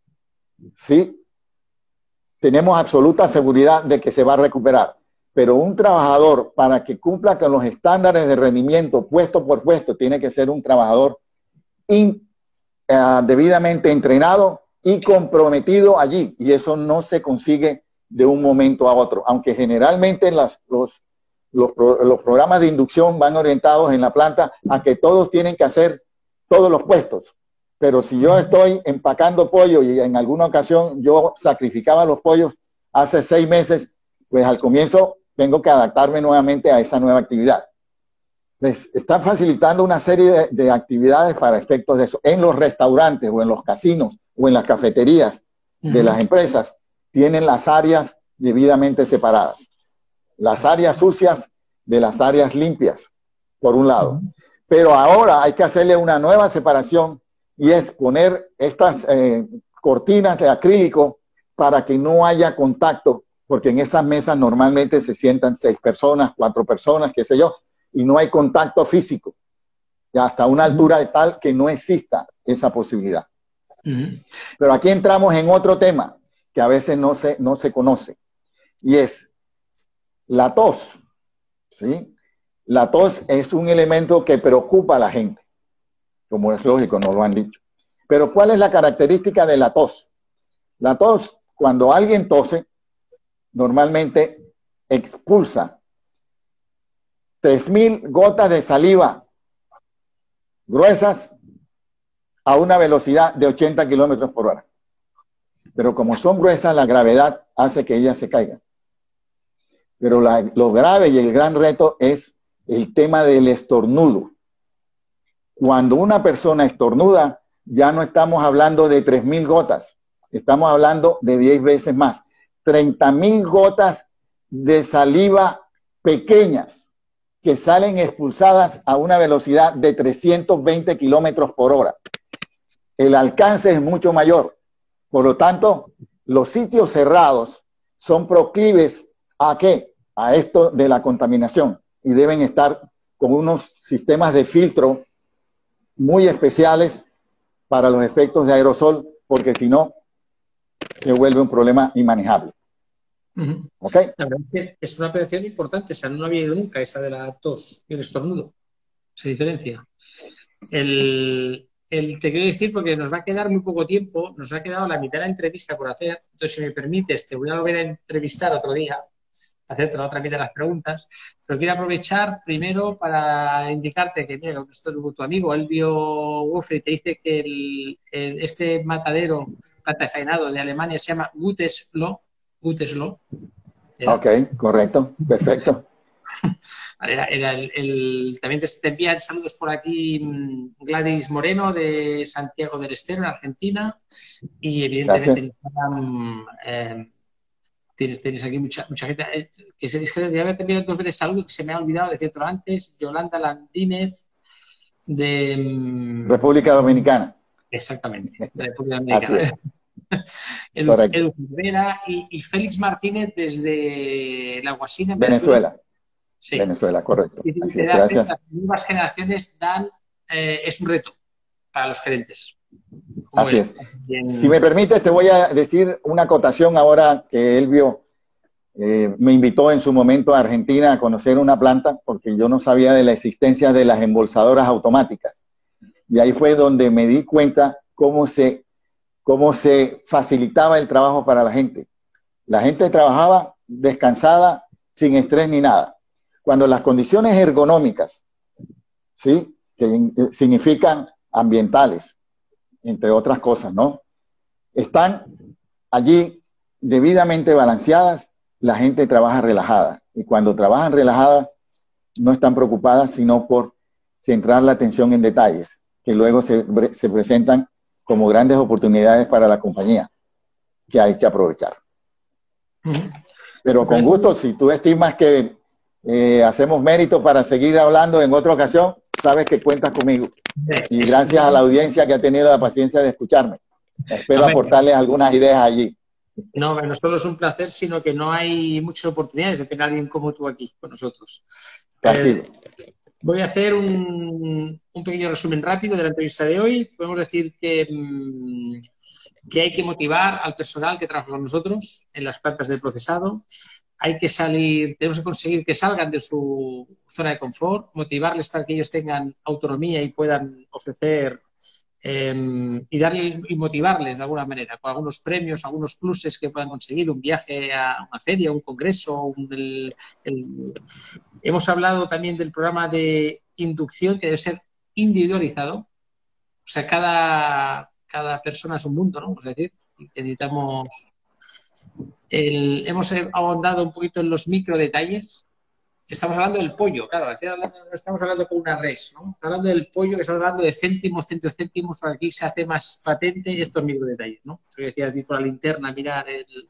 sí, tenemos absoluta seguridad de que se va a recuperar. Pero un trabajador, para que cumpla con los estándares de rendimiento puesto por puesto, tiene que ser un trabajador in, uh, debidamente entrenado y comprometido allí. Y eso no se consigue de un momento a otro. Aunque generalmente las, los, los, los programas de inducción van orientados en la planta a que todos tienen que hacer todos los puestos. Pero si yo estoy empacando pollo y en alguna ocasión yo sacrificaba los pollos hace seis meses, pues al comienzo tengo que adaptarme nuevamente a esa nueva actividad. Les están facilitando una serie de, de actividades para efectos de eso. En los restaurantes o en los casinos o en las cafeterías uh-huh. de las empresas tienen las áreas debidamente separadas. Las áreas sucias de las áreas limpias, por un lado. Uh-huh. Pero ahora hay que hacerle una nueva separación y es poner estas eh, cortinas de acrílico para que no haya contacto, porque en esas mesas normalmente se sientan seis personas, cuatro personas, qué sé yo, y no hay contacto físico, ya hasta una altura de tal que no exista esa posibilidad. Uh-huh. Pero aquí entramos en otro tema que a veces no se, no se conoce, y es la tos, ¿sí? La tos es un elemento que preocupa a la gente, como es lógico, nos lo han dicho. Pero ¿cuál es la característica de la tos? La tos, cuando alguien tose, normalmente expulsa tres mil gotas de saliva gruesas a una velocidad de ochenta kilómetros por hora. Pero como son gruesas, la gravedad hace que ellas se caigan. Pero la, lo grave y el gran reto es el tema del estornudo. Cuando una persona estornuda, ya no estamos hablando de tres mil gotas, estamos hablando de diez veces más. treinta mil gotas de saliva pequeñas que salen expulsadas a una velocidad de trescientos veinte kilómetros por hora. El alcance es mucho mayor. Por lo tanto, los sitios cerrados son proclives a ¿qué? A esto de la contaminación y deben estar con unos sistemas de filtro muy especiales para los efectos de aerosol, porque si no, se vuelve un problema inmanejable. Uh-huh. ¿Okay? La verdad es que es una operación importante, o sea, no había ido nunca esa de la tos y el estornudo. Se diferencia. El, el, te quiero decir, porque nos va a quedar muy poco tiempo, nos ha quedado la mitad de la entrevista por hacer, entonces si me permites, te voy a volver a entrevistar otro día, hacerte la otra mitad de las preguntas, pero quiero aprovechar primero para indicarte que, mira, tu amigo Elvio Wolfri te dice que el, el, este matadero platafaenado de Alemania se llama Gütersloh. Gütersloh. Ok, correcto, perfecto. Era, era el, el, también te, te envían saludos por aquí Gladys Moreno de Santiago del Estero, en Argentina, y evidentemente eh, tienes, tienes aquí mucha, mucha gente eh, que se dice que haber tenido dos veces saludos que se me ha olvidado decirlo antes. Yolanda Landínez de República Dominicana. Exactamente, de República Dominicana. Edu, Edu Rivera y, y Félix Martínez desde La Guasina, Venezuela. Venezuela. Sí. Venezuela, correcto. Y Así es, gracias. Las nuevas generaciones dan, eh, es un reto para los gerentes. Así bueno, es. Bien... Si me permites, te voy a decir una acotación ahora que Elvio eh, me invitó en su momento a Argentina a conocer una planta porque yo no sabía de la existencia de las embolsadoras automáticas. Y ahí fue donde me di cuenta cómo se, cómo se facilitaba el trabajo para la gente. La gente trabajaba descansada, sin estrés ni nada. Cuando las condiciones ergonómicas, ¿sí?, que significan ambientales, entre otras cosas, ¿no?, están allí debidamente balanceadas, la gente trabaja relajada. Y cuando trabajan relajadas, no están preocupadas sino por centrar la atención en detalles, que luego se, se presentan como grandes oportunidades para la compañía, que hay que aprovechar. Pero con gusto, si tú estimas que eh, hacemos mérito para seguir hablando en otra ocasión, sabes que cuentas conmigo. Y gracias a la audiencia que ha tenido la paciencia de escucharme. Espero aportarles algunas ideas allí. No, no solo es un placer, sino que no hay muchas oportunidades de tener a alguien como tú aquí con nosotros. Eh, voy a hacer un, un pequeño resumen rápido de la entrevista de hoy. Podemos decir que, que hay que motivar al personal que trabaja con nosotros en las plantas de procesado. Hay que salir, tenemos que conseguir que salgan de su zona de confort, motivarles para que ellos tengan autonomía y puedan ofrecer eh, y darle y motivarles de alguna manera con algunos premios, algunos pluses que puedan conseguir, un viaje a una feria, un congreso. Un, el, el... Hemos hablado también del programa de inducción que debe ser individualizado. O sea, cada, cada persona es un mundo, ¿no? Es decir, necesitamos... El, hemos ahondado un poquito en los micro detalles. Estamos hablando del pollo, claro, no estamos hablando con una res, ¿no? Estamos hablando del pollo, que estamos hablando de céntimos, centocéntimos, aquí se hace más patente estos micro detalles, ¿no? Eso que decía por la linterna, mirar el...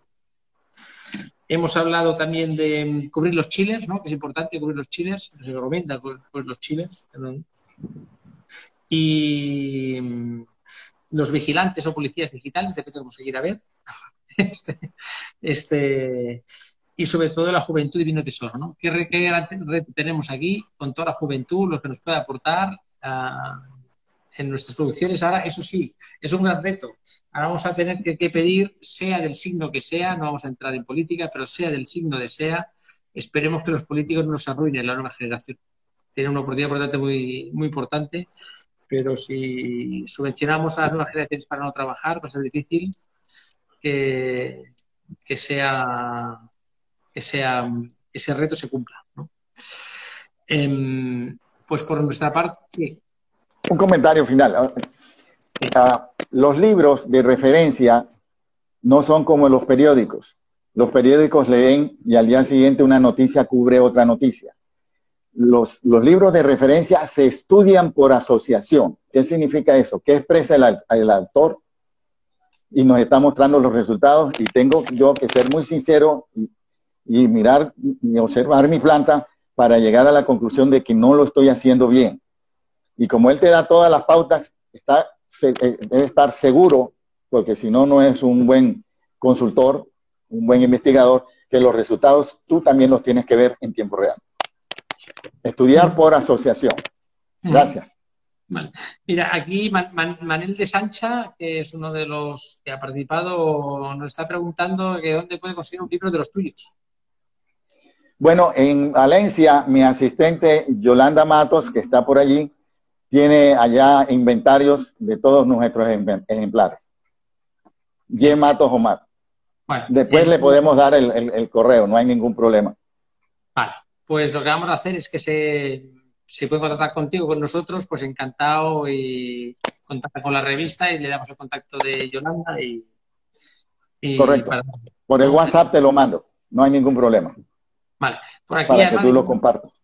Hemos hablado también de cubrir los chillers, ¿no? Que es importante cubrir los chillers, se recomienda cubrir los chillers, perdón. Y los vigilantes o policías digitales, depende de cómo se quiera ver. Este, este, y sobre todo la juventud divino tesoro, ¿no? ¿Qué, qué red tenemos aquí con toda la juventud, lo que nos puede aportar uh, en nuestras producciones? Ahora, eso sí, es un gran reto. Ahora vamos a tener que, que pedir, sea del signo que sea, no vamos a entrar en política, pero sea del signo de sea, esperemos que los políticos no nos arruinen la nueva generación. Tienen una oportunidad importante, muy, muy importante, pero si subvencionamos a las nuevas generaciones para no trabajar, va a ser difícil Que, que sea que sea ese reto se cumpla, ¿no? Eh, pues por nuestra parte, sí. Un comentario final. Uh, los libros de referencia no son como los periódicos. Los periódicos leen y al día siguiente una noticia cubre otra noticia. Los, los libros de referencia se estudian por asociación. ¿Qué significa eso? ¿Qué expresa el, el autor? Y nos está mostrando los resultados, y tengo yo que ser muy sincero y, y mirar y observar mi planta para llegar a la conclusión de que no lo estoy haciendo bien. Y como él te da todas las pautas, está, se, eh, debe estar seguro, porque si no, no es un buen consultor, un buen investigador, que los resultados tú también los tienes que ver en tiempo real. Estudiar por asociación. Gracias. Vale. Mira, aquí Man, Man, Manel de Sancha, que es uno de los que ha participado, nos está preguntando que dónde puede conseguir un libro de los tuyos. Bueno, en Valencia, mi asistente Yolanda Matos, que está por allí, tiene allá inventarios de todos nuestros ejemplares. Y Matos Omar. Bueno, Después eh, le podemos dar el, el, el correo, no hay ningún problema. Vale, pues lo que vamos a hacer es que se... si puede contactar contigo, con nosotros, pues encantado, y contacta con la revista y le damos el contacto de Yolanda y... y Correcto. Para... Por el WhatsApp te lo mando, no hay ningún problema. Vale. Por aquí, para que tú lo compartas.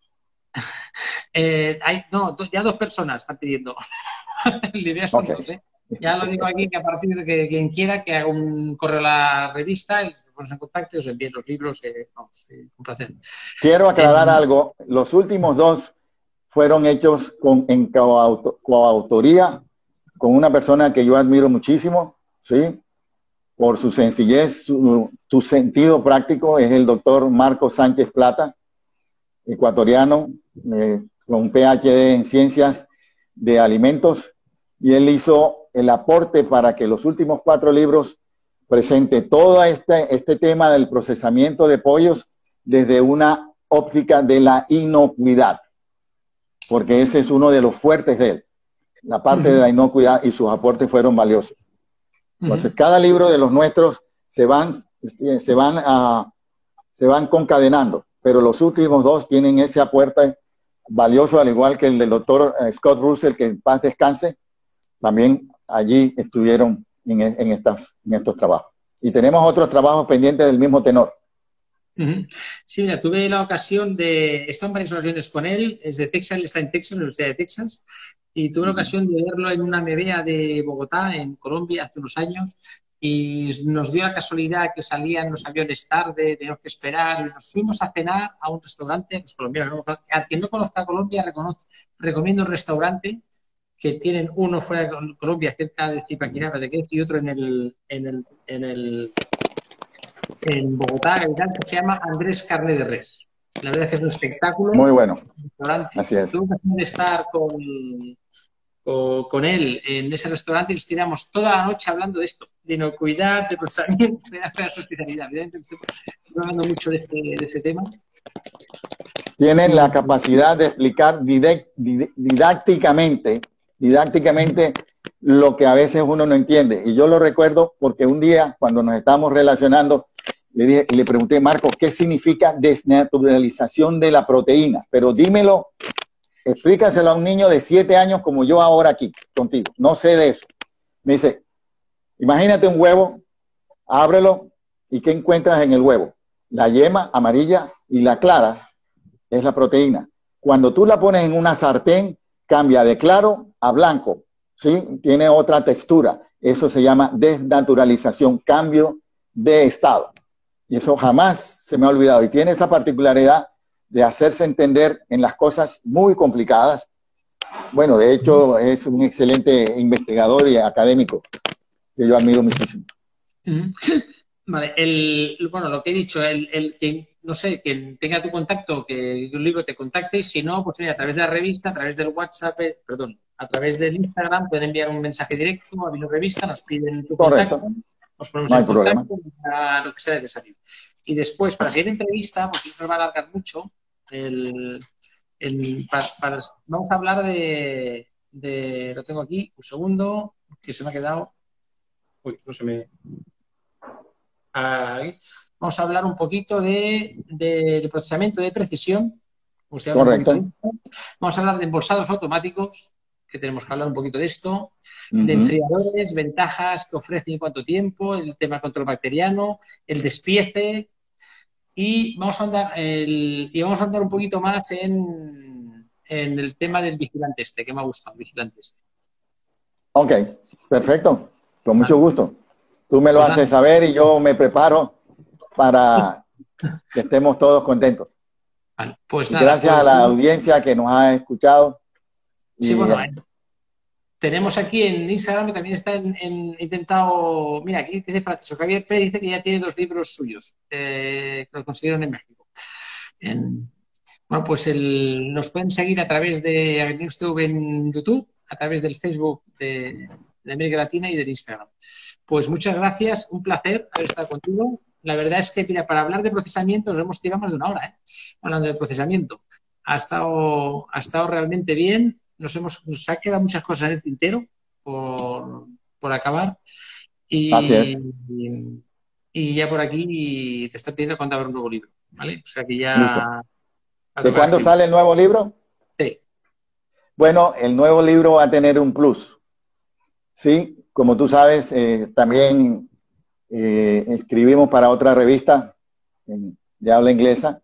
eh, hay, no, ya dos personas están pidiendo. La idea son okay. dos, ¿eh? Ya lo digo aquí, que a partir de que quien quiera que haga un correo a la revista, y ponerse en contacto y os envíen los libros, eh, vamos, eh, un placer. Quiero aclarar eh, algo. Los últimos dos fueron hechos con, en coautor, coautoría con una persona que yo admiro muchísimo, ¿sí? Por su sencillez, su, su sentido práctico, es el doctor Marco Sánchez Plata, ecuatoriano, eh, con P H D en Ciencias de Alimentos, y él hizo el aporte para que los últimos cuatro libros presente todo este, este tema del procesamiento de pollos desde una óptica de la inocuidad, porque ese es uno de los fuertes de él, la parte uh-huh. de la inocuidad, y sus aportes fueron valiosos. Uh-huh. Entonces, cada libro de los nuestros se van, se van, a, se van concadenando, pero los últimos dos tienen ese aporte valioso, al igual que el del doctor Scott Russell, que en paz descanse, también allí estuvieron en, en, estas, en estos trabajos. Y tenemos otros trabajos pendientes del mismo tenor. Uh-huh. Sí, mira, tuve la ocasión de... He estado en varias ocasiones con él, es de Texas, él está en Texas, en la Universidad de Texas, y tuve la ocasión de verlo en una M B A de Bogotá, en Colombia, hace unos años, y nos dio la casualidad que salían los aviones tarde, teníamos que esperar, y nos fuimos a cenar a un restaurante, los colombianos, a quien no conozca Colombia, reconoce, recomiendo un restaurante que tienen uno fuera de Colombia, cerca de Zipaquirá, y otro en el, en el, en el en Bogotá, que se llama Andrés Carne de Res. La verdad es que es un espectáculo. Muy bueno. Restaurante. Así es. Tuve que estar con, con, con él en ese restaurante y nos tiramos toda la noche hablando de esto, de inocuidad, de procesamiento, de la su hospitalidad. Evidentemente, estoy hablando mucho de, este, de ese tema. Tienen la capacidad de explicar didect, didácticamente, didácticamente lo que a veces uno no entiende. Y yo lo recuerdo porque un día, cuando nos estábamos relacionando, le, dije, le pregunté, Marco, ¿qué significa desnaturalización de la proteína? Pero dímelo, explícaselo a un niño de siete años como yo ahora aquí, contigo. No sé de eso. Me dice, imagínate un huevo, ábrelo, ¿y qué encuentras en el huevo? La yema amarilla y la clara es la proteína. Cuando tú la pones en una sartén, cambia de claro a blanco, ¿sí? Tiene otra textura. Eso se llama desnaturalización, cambio de estado. Y eso jamás se me ha olvidado. Y tiene esa particularidad de hacerse entender en las cosas muy complicadas. Bueno, de hecho, es un excelente investigador y académico que yo admiro muchísimo. Vale, el, bueno, lo que he dicho, el, el que, no sé, quien tenga tu contacto, que un libro te contacte, y si no, pues mira, a través de la revista, a través del WhatsApp, eh, perdón, a través del Instagram, pueden enviar un mensaje directo a Vino Revista, nos piden tu Correcto. contacto, nos ponemos no hay en contacto problema. para lo que sea necesario. Y después, para seguir entrevista, porque no nos va a alargar mucho, el, el, para, para, vamos a hablar de, de, lo tengo aquí, un segundo, que se me ha quedado, uy, no se me... Ahí. Vamos a hablar un poquito de, de procesamiento de precisión. Correcto. Vamos a hablar de embolsados automáticos, que tenemos que hablar un poquito de esto, uh-huh. de enfriadores, ventajas que ofrecen y cuánto tiempo, el tema del control bacteriano, el despiece, y vamos a andar, el, y vamos a andar un poquito más en, en el tema del vigilante este, que me ha gustado, el vigilante este. Ok, perfecto, con mucho vale. gusto. Tú me lo pues haces saber y yo me preparo para que estemos todos contentos. Vale, pues nada, gracias pues, a la audiencia que nos ha escuchado. Sí, y, bueno, eh, tenemos aquí en Instagram que también está en, en intentado... Mira, aquí dice Francisco Javier Pérez, dice que ya tiene dos libros suyos, eh, que lo consiguieron en México. En, bueno, pues el, nos pueden seguir a través de Agrinews T V en YouTube, a través del Facebook de, de América Latina y del Instagram. Pues muchas gracias, un placer haber estado contigo. La verdad es que, mira, para hablar de procesamiento nos hemos tirado más de una hora, ¿eh? Hablando de procesamiento. Ha estado, ha estado realmente bien. Nos, hemos, nos ha quedado muchas cosas en el tintero por, por acabar. Y, Así es. y, y ya por aquí te está pidiendo cuando habrá un nuevo libro, ¿vale? O sea que ya... ¿De cuándo aquí. sale el nuevo libro? Sí. Bueno, el nuevo libro va a tener un plus. Sí, como tú sabes, eh, también eh, escribimos para otra revista en, de habla inglesa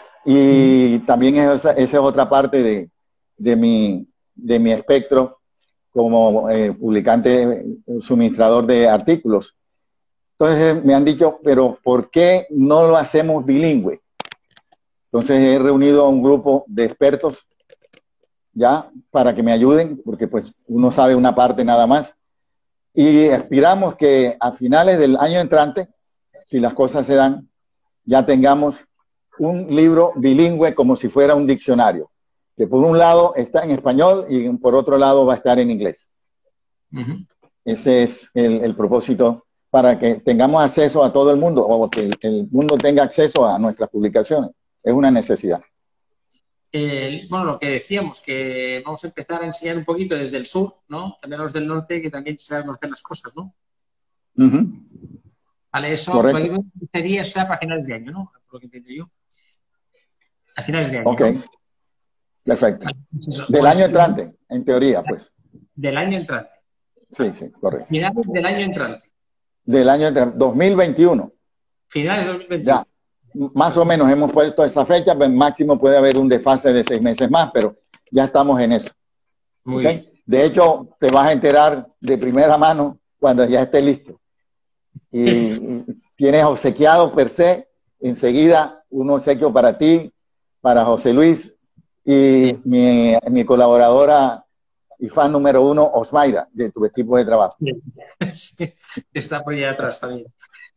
y mm. también esa, esa es otra parte de, de, mi, de mi espectro como eh, publicante, suministrador de artículos. Entonces me han dicho, pero ¿por qué no lo hacemos bilingüe? Entonces he reunido a un grupo de expertos ya para que me ayuden, porque pues uno sabe una parte nada más. Y aspiramos que a finales del año entrante, si las cosas se dan, ya tengamos un libro bilingüe como si fuera un diccionario, que por un lado está en español y por otro lado va a estar en inglés. Uh-huh. Ese es el, el propósito para que tengamos acceso a todo el mundo o que el, el mundo tenga acceso a nuestras publicaciones. Es una necesidad. Eh, bueno, lo que decíamos, que vamos a empezar a enseñar un poquito desde el sur, ¿no? También a los del norte, que también se saben hacer las cosas, ¿no? Uh-huh. Vale, eso sería sea para finales de año, ¿no? Por lo que entiendo yo. A finales de año. Ok. ¿No? Perfecto. Vale, pues eso, del pues, año entrante, en teoría, pues. Del año entrante. Sí, sí, correcto. Finales del año entrante. Del año entrante, dos mil veintiuno. Finales de dos mil veintiuno. Ya. Más o menos hemos puesto esa fecha, pues máximo puede haber un desfase de seis meses más, pero ya estamos en eso. Muy ¿Okay? bien. De hecho, te vas a enterar de primera mano cuando ya esté listo. Y tienes obsequiado per se, enseguida un obsequio para ti, para José Luis y mi, mi colaboradora y fan número uno, Osmaira, de tu equipo de trabajo. Sí, sí. Está por allá atrás también.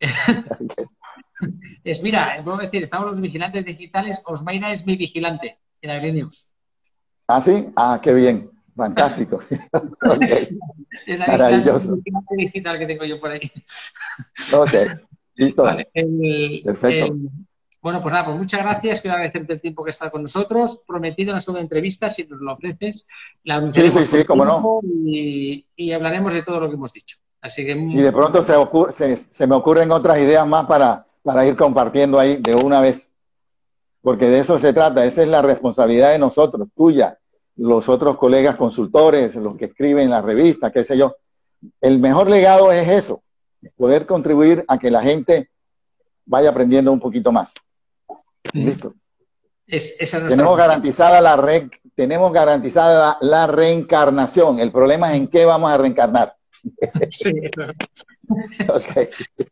Es, mira, puedo decir, estamos los vigilantes digitales, Osmaira es mi vigilante en AgriNews. ¿Ah, sí? Ah, qué bien. Fantástico. Okay. Es la maravilloso. vigilante digital que tengo yo por ahí. Ok, listo. Vale, el, perfecto. El, bueno, pues nada, pues muchas gracias. Quiero agradecerte el tiempo que estás con nosotros. Prometido una segunda entrevista, si nos lo ofreces. La sí, sí, sí, cómo no. Y, y hablaremos de todo lo que hemos dicho. Así que... Y de pronto se, ocurre, se, se me ocurren otras ideas más para, para ir compartiendo ahí de una vez. Porque de eso se trata. Esa es la responsabilidad de nosotros, tuya, los otros colegas consultores, los que escriben las revistas, qué sé yo. El mejor legado es eso, poder contribuir a que la gente vaya aprendiendo un poquito más. ¿Listo? Es, esa es tenemos, garantizada la re, tenemos garantizada la, la reencarnación. El problema es en qué vamos a reencarnar. Sí, eso. Okay.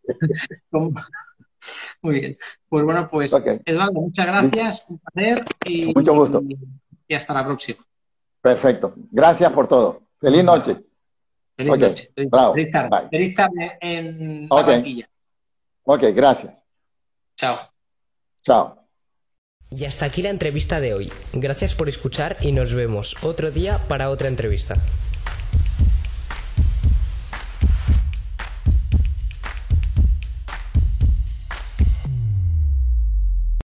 Muy bien. Pues bueno, pues okay. Eduardo, muchas gracias, un placer y, mucho gusto. Y, y hasta la próxima. Perfecto. Gracias por todo. Feliz noche. Feliz okay. noche. Feliz, Bravo. Feliz tarde. Bye. Feliz tarde en okay. Barranquilla. Ok, gracias. Chao. Chao. Y hasta aquí la entrevista de hoy. Gracias por escuchar y nos vemos otro día para otra entrevista.